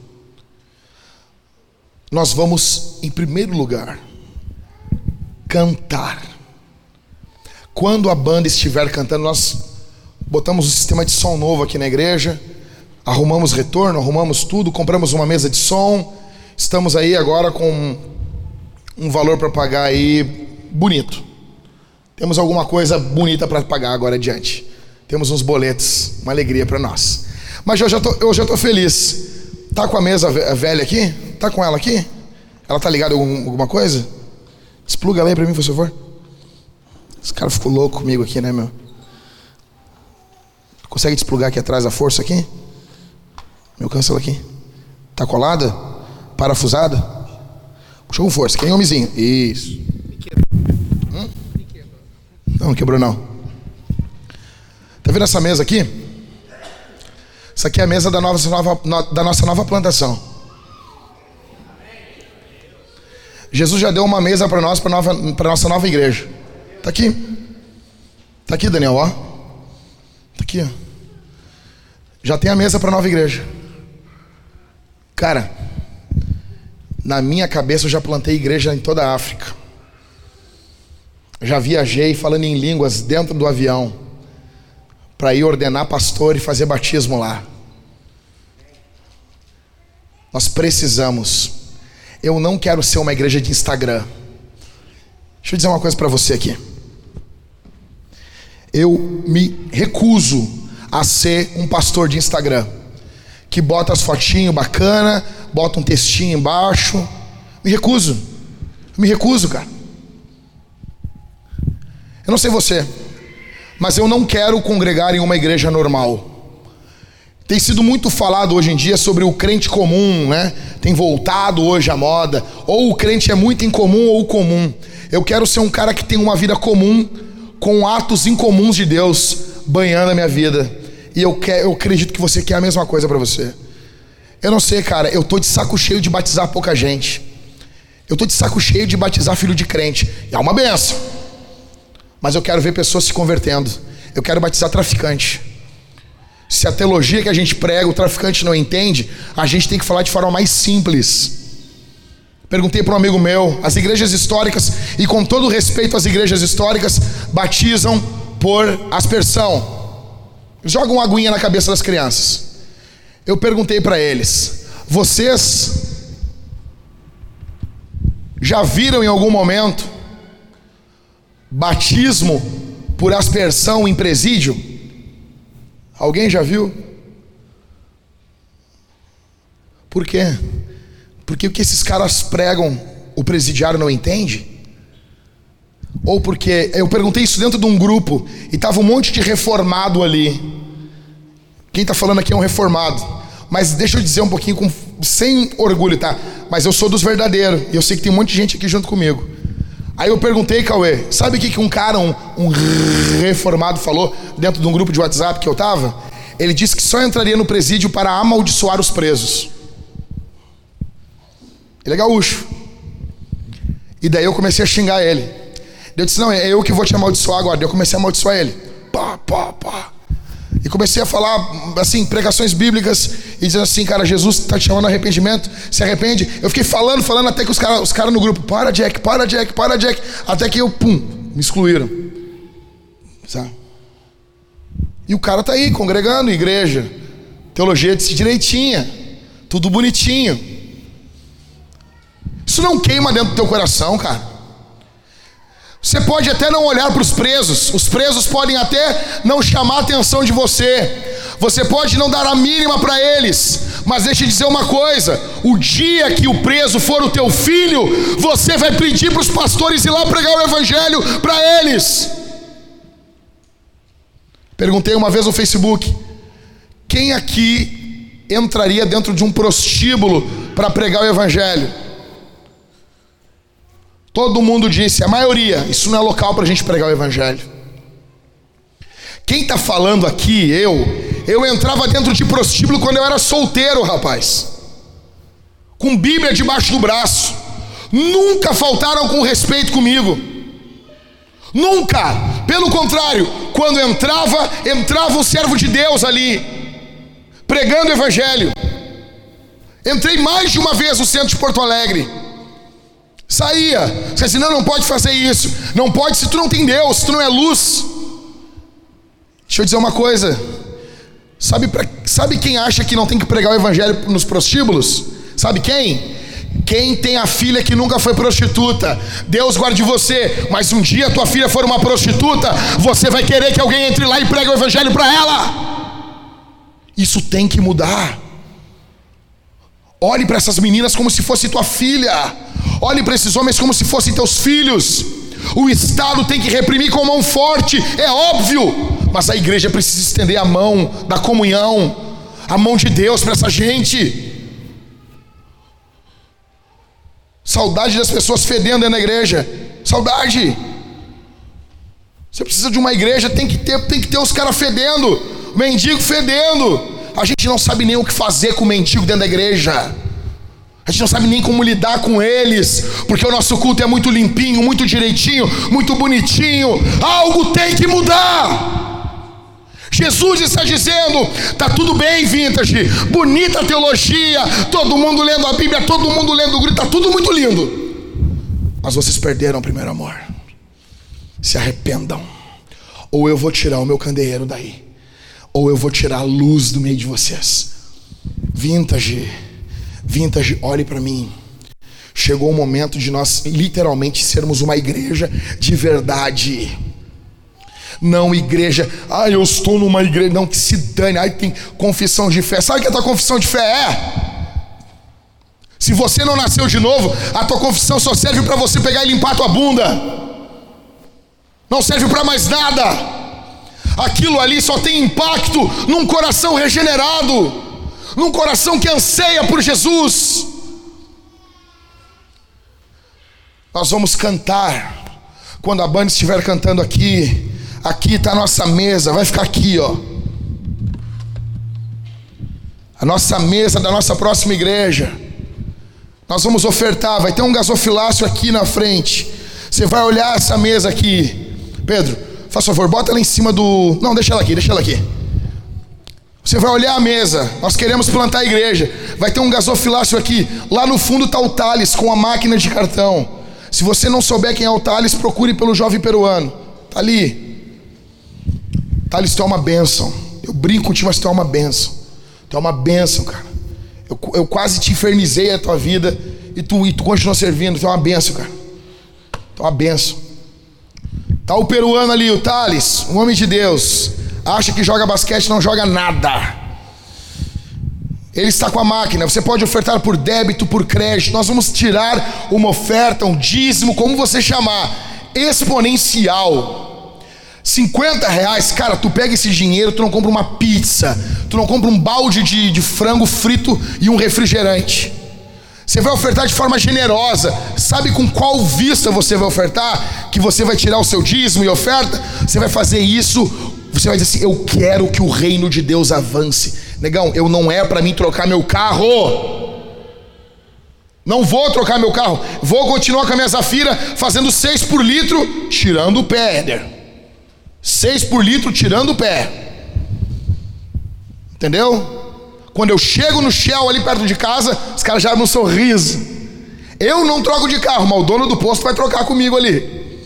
Nós vamos, em primeiro lugar, cantar. Quando a banda estiver cantando, nós botamos um sistema de som novo aqui na igreja, arrumamos retorno, arrumamos tudo, compramos uma mesa de som. Estamos aí agora com um valor para pagar aí bonito. Temos alguma coisa bonita para pagar agora adiante. Temos uns boletos, uma alegria para nós. Mas eu já tô feliz. Tá com a mesa velha aqui? Tá com ela aqui? Ela tá ligada a alguma coisa? Despluga ela aí para mim, por favor. Esse cara ficou louco comigo aqui, né, meu? Consegue desplugar aqui atrás a força aqui? Meu, cancela aqui. Tá colada? Parafusada? Puxa com força, que nem homenzinho. Isso. Não quebrou não. Tá vendo essa mesa aqui? Essa aqui é a mesa da nossa nova plantação. Jesus já deu uma mesa para nós, para nossa nova igreja. Tá aqui. Tá aqui, Daniel, ó. Tá aqui, ó. Já tem a mesa para a nova igreja. Cara, na minha cabeça eu já plantei igreja em toda a África. Já viajei falando em línguas dentro do avião para ir ordenar pastor e fazer batismo lá. Nós precisamos. Eu não quero ser uma igreja de Instagram. Deixa eu dizer uma coisa para você aqui. Eu me recuso a ser um pastor de Instagram que bota as fotinhos bacana, bota um textinho embaixo. Me recuso, cara. Eu não sei você, mas eu não quero congregar em uma igreja normal. Tem sido muito falado hoje em dia sobre o crente comum, né? Tem voltado hoje a moda. Ou o crente é muito incomum ou comum. Eu quero ser um cara que tem uma vida comum, com atos incomuns de Deus banhando a minha vida. E eu acredito que você quer a mesma coisa para você. Eu não sei, cara, eu tô de saco cheio de batizar pouca gente. Eu tô de saco cheio de batizar filho de crente. E é uma benção. Mas eu quero ver pessoas se convertendo. Eu quero batizar traficante. Se a teologia que a gente prega, o traficante não entende, a gente tem que falar de forma mais simples. Perguntei para um amigo meu, as igrejas históricas, e com todo respeito às igrejas históricas, batizam por aspersão. Jogam uma aguinha na cabeça das crianças. Eu perguntei para eles: vocês já viram em algum momento batismo por aspersão em presídio? Alguém já viu? Por quê? Porque o que esses caras pregam, o presidiário não entende? Ou porque eu perguntei isso dentro de um grupo e tava um monte de reformado ali. Quem tá falando aqui é um reformado. Mas deixa eu dizer um pouquinho sem orgulho, tá? Mas eu sou dos verdadeiros e eu sei que tem um monte de gente aqui junto comigo. Aí eu perguntei, Cauê, sabe o que um cara, um reformado falou dentro de um grupo de WhatsApp que eu tava? Ele disse que só entraria no presídio para amaldiçoar os presos. Ele é gaúcho. E daí eu comecei a xingar ele. Eu disse, não, é eu que vou te amaldiçoar agora. Daí eu comecei a amaldiçoar ele. Pá. E comecei a falar, assim, pregações bíblicas e dizendo assim, cara, Jesus está te chamando a arrependimento, se arrepende. Eu fiquei falando até que os caras no grupo, para Jack, até que me excluíram. Sabe? E o cara tá aí, congregando, igreja, teologia direitinha, tudo bonitinho. Isso não queima dentro do teu coração, cara. Você pode até não olhar para os presos podem até não chamar a atenção de você pode não dar a mínima para eles, mas deixa eu dizer uma coisa: o dia que o preso for o teu filho, você vai pedir para os pastores ir lá pregar o evangelho para eles. Perguntei uma vez no Facebook: quem aqui entraria dentro de um prostíbulo para pregar o evangelho? Todo mundo disse, a maioria, isso não é local para a gente pregar o evangelho. Quem está falando aqui, Eu entrava dentro de prostíbulo quando eu era solteiro, rapaz, com Bíblia debaixo do braço. Nunca faltaram com respeito comigo, nunca. Pelo contrário, quando entrava um servo de Deus ali, pregando o evangelho. Entrei mais de uma vez no centro de Porto Alegre, saía, você disse, não pode fazer isso, não pode se tu não tem Deus, se tu não é luz. Deixa eu dizer uma coisa, sabe quem acha que não tem que pregar o evangelho nos prostíbulos? Sabe quem? Quem tem a filha que nunca foi prostituta. Deus guarde você, mas um dia tua filha for uma prostituta, você vai querer que alguém entre lá e pregue o evangelho para ela. Isso tem que mudar. Olhe para essas meninas como se fosse tua filha. Olhe para esses homens como se fossem teus filhos. O Estado tem que reprimir com mão forte, é óbvio, mas a igreja precisa estender a mão da comunhão, a mão de Deus para essa gente. Saudade das pessoas fedendo dentro da igreja. Saudade. Você precisa de uma igreja, tem que ter os caras fedendo, mendigo fedendo. A gente não sabe nem o que fazer com o mendigo dentro da igreja. A gente não sabe nem como lidar com eles, porque o nosso culto é muito limpinho, muito direitinho, muito bonitinho. Algo tem que mudar. Jesus está dizendo, tá tudo bem, Vintage, bonita teologia, todo mundo lendo a Bíblia, todo mundo lendo o grito, tá tudo muito lindo, mas vocês perderam o primeiro amor. Se arrependam, ou eu vou tirar o meu candeeiro daí, ou eu vou tirar a luz do meio de vocês. Vintage, olhe para mim. Chegou o momento de nós literalmente sermos uma igreja de verdade. Não igreja, eu estou numa igreja, não, que se dane, tem confissão de fé. Sabe o que a tua confissão de fé é? Se você não nasceu de novo, a tua confissão só serve para você pegar e limpar a tua bunda. Não serve para mais nada. Aquilo ali só tem impacto num coração regenerado, num coração que anseia por Jesus. Nós vamos cantar, quando a banda estiver cantando aqui. Aqui está a nossa mesa, vai ficar aqui, ó. A nossa mesa da nossa próxima igreja. Nós vamos ofertar, vai ter um gasofilácio aqui na frente. Você vai olhar essa mesa aqui. Pedro, faz favor, bota ela em cima do... Não, deixa ela aqui. Você vai olhar a mesa, nós queremos plantar a igreja. Vai ter um gasofilácio aqui. Lá no fundo está o Thales com a máquina de cartão. Se você não souber quem é o Thales, procure pelo jovem peruano. Está ali. Thales, tu é uma bênção. Eu brinco contigo, mas tu é uma bênção. Tu é uma bênção, cara. Eu quase te infernizei a tua vida e tu continua servindo. Tu é uma bênção, cara. Tu é uma bênção. Tá o peruano ali, o Thales, um homem de Deus. Acha que joga basquete, não joga nada. Ele está com a máquina. Você pode ofertar por débito, por crédito. Nós vamos tirar uma oferta, um dízimo, como você chamar, exponencial. R$50, cara, tu pega esse dinheiro, tu não compra uma pizza, tu não compra um balde de frango frito e um refrigerante. Você vai ofertar de forma generosa. Sabe com qual vista você vai ofertar? Que você vai tirar o seu dízimo e oferta? Você vai fazer isso, você vai dizer assim, eu quero que o reino de Deus avance. Negão, eu não é para mim trocar meu carro. Não vou trocar meu carro. Vou continuar com a minha Zafira fazendo 6 por litro, tirando o pé, Éder. 6 por litro tirando o pé. Entendeu? Quando eu chego no Shell ali perto de casa, os caras já abrem um sorriso. Eu não troco de carro, mas o dono do posto vai trocar comigo ali.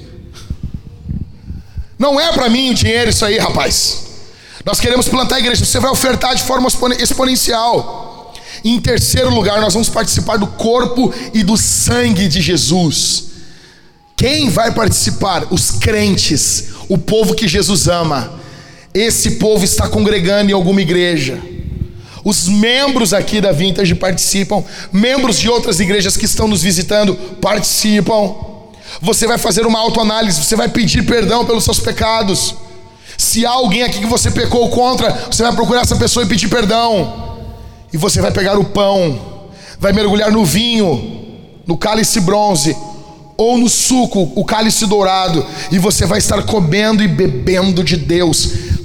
Não é para mim dinheiro isso aí, rapaz. Nós queremos plantar a igreja. Você vai ofertar de forma exponencial. E em terceiro lugar, nós vamos participar do corpo e do sangue de Jesus. Quem vai participar? Os crentes, o povo que Jesus ama. Esse povo está congregando em alguma igreja. Os membros aqui da Vintage participam. Membros de outras igrejas que estão nos visitando participam. Você vai fazer uma autoanálise. Você vai pedir perdão pelos seus pecados. Se há alguém aqui que você pecou contra, você vai procurar essa pessoa e pedir perdão. E você vai pegar o pão, vai mergulhar no vinho, no cálice bronze, ou no suco, o cálice dourado, e você vai estar comendo e bebendo de Deus.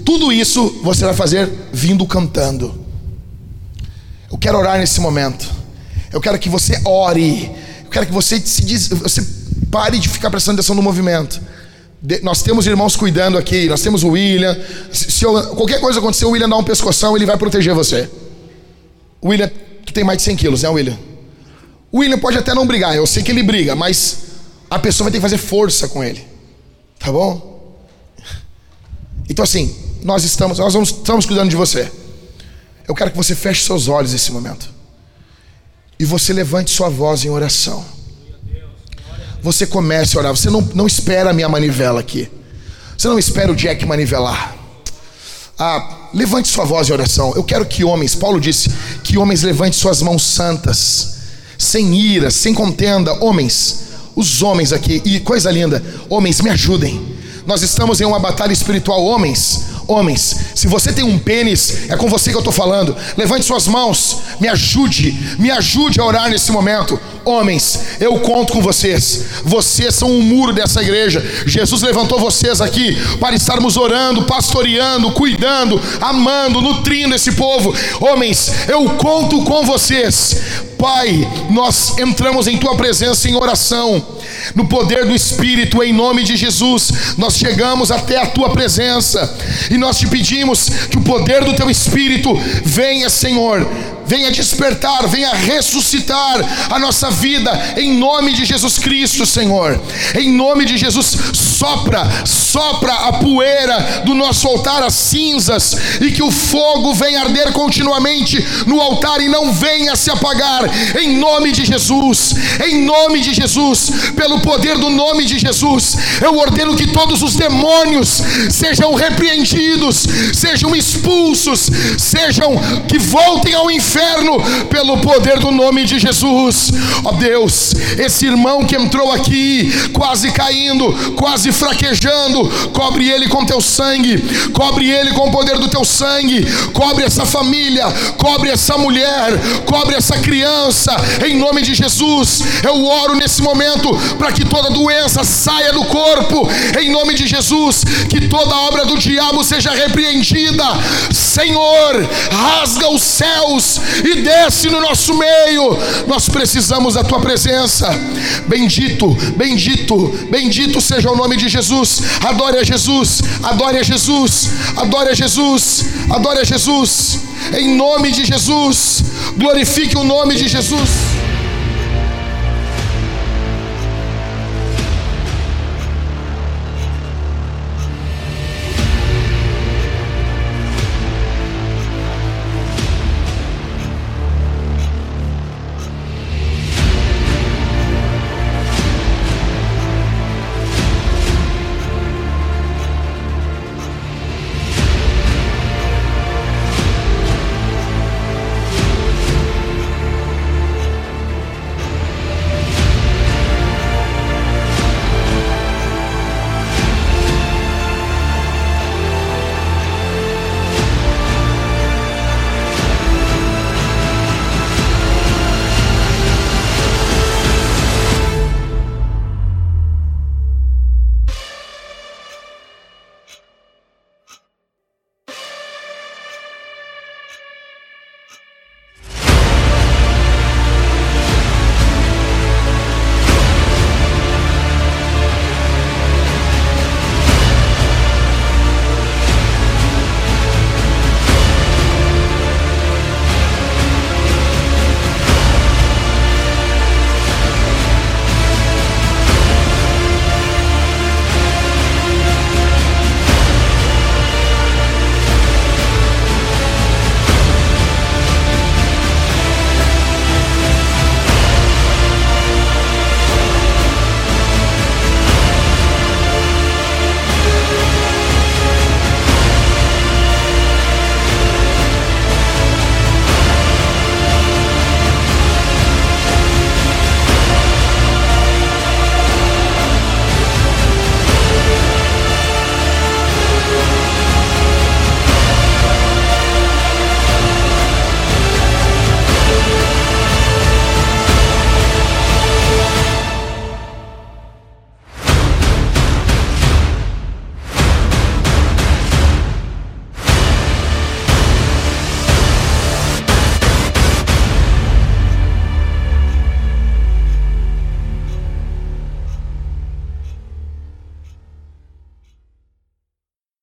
Tudo isso você vai fazer vindo cantando. Eu quero orar nesse momento. Eu quero que você ore. Eu quero que você você pare de ficar prestando atenção no movimento. Nós temos irmãos cuidando aqui. Nós temos o William. Se qualquer coisa acontecer, o William dá um pescoção, ele vai proteger você. O William, que tem mais de 100 quilos, né, William? O William pode até não brigar, eu sei que ele briga, mas a pessoa vai ter que fazer força com ele. Tá bom? Então assim, nós estamos cuidando de você. Eu quero que você feche seus olhos nesse momento. E você levante sua voz em oração. Você comece a orar. Você não espera a minha manivela aqui. Você não espera o Jack manivelar. Levante sua voz em oração. Eu quero que homens, Paulo disse, que homens levantem suas mãos santas, sem ira, sem contenda. Homens, os homens aqui, e coisa linda, homens, me ajudem. Nós estamos em uma batalha espiritual. Homens, se você tem um pênis, é com você que eu estou falando. Levante suas mãos, me ajude a orar nesse momento. Homens, eu conto com vocês. Vocês são um muro dessa igreja. Jesus levantou vocês aqui para estarmos orando, pastoreando, cuidando, amando, nutrindo esse povo. Homens, eu conto com vocês. Pai, nós entramos em tua presença em oração, no poder do Espírito, em nome de Jesus. Nós chegamos até a tua presença e nós te pedimos que o poder do teu Espírito venha, Senhor, venha despertar, venha ressuscitar a nossa vida, em nome de Jesus Cristo, Senhor. Em nome de Jesus, sopra a poeira do nosso altar, as cinzas, e que o fogo venha arder continuamente no altar e não venha se apagar, em nome de Jesus, pelo poder do nome de Jesus. Eu ordeno que todos os demônios sejam repreendidos, sejam expulsos, que voltem ao inferno, pelo poder do nome de Jesus. Ó Deus, esse irmão que entrou aqui quase caindo, quase fraquejando, cobre ele com teu sangue, cobre ele com o poder do teu sangue, cobre essa família, cobre essa mulher, cobre essa criança, em nome de Jesus. Eu oro nesse momento para que toda doença saia do corpo, em nome de Jesus, que toda obra do diabo seja repreendida. Senhor, rasga os céus e desce no nosso meio. Nós precisamos da tua presença. Bendito seja o nome de Jesus. Adore a Jesus, adore a Jesus, adore a Jesus, adore a Jesus, em nome de Jesus. Glorifique o nome de Jesus.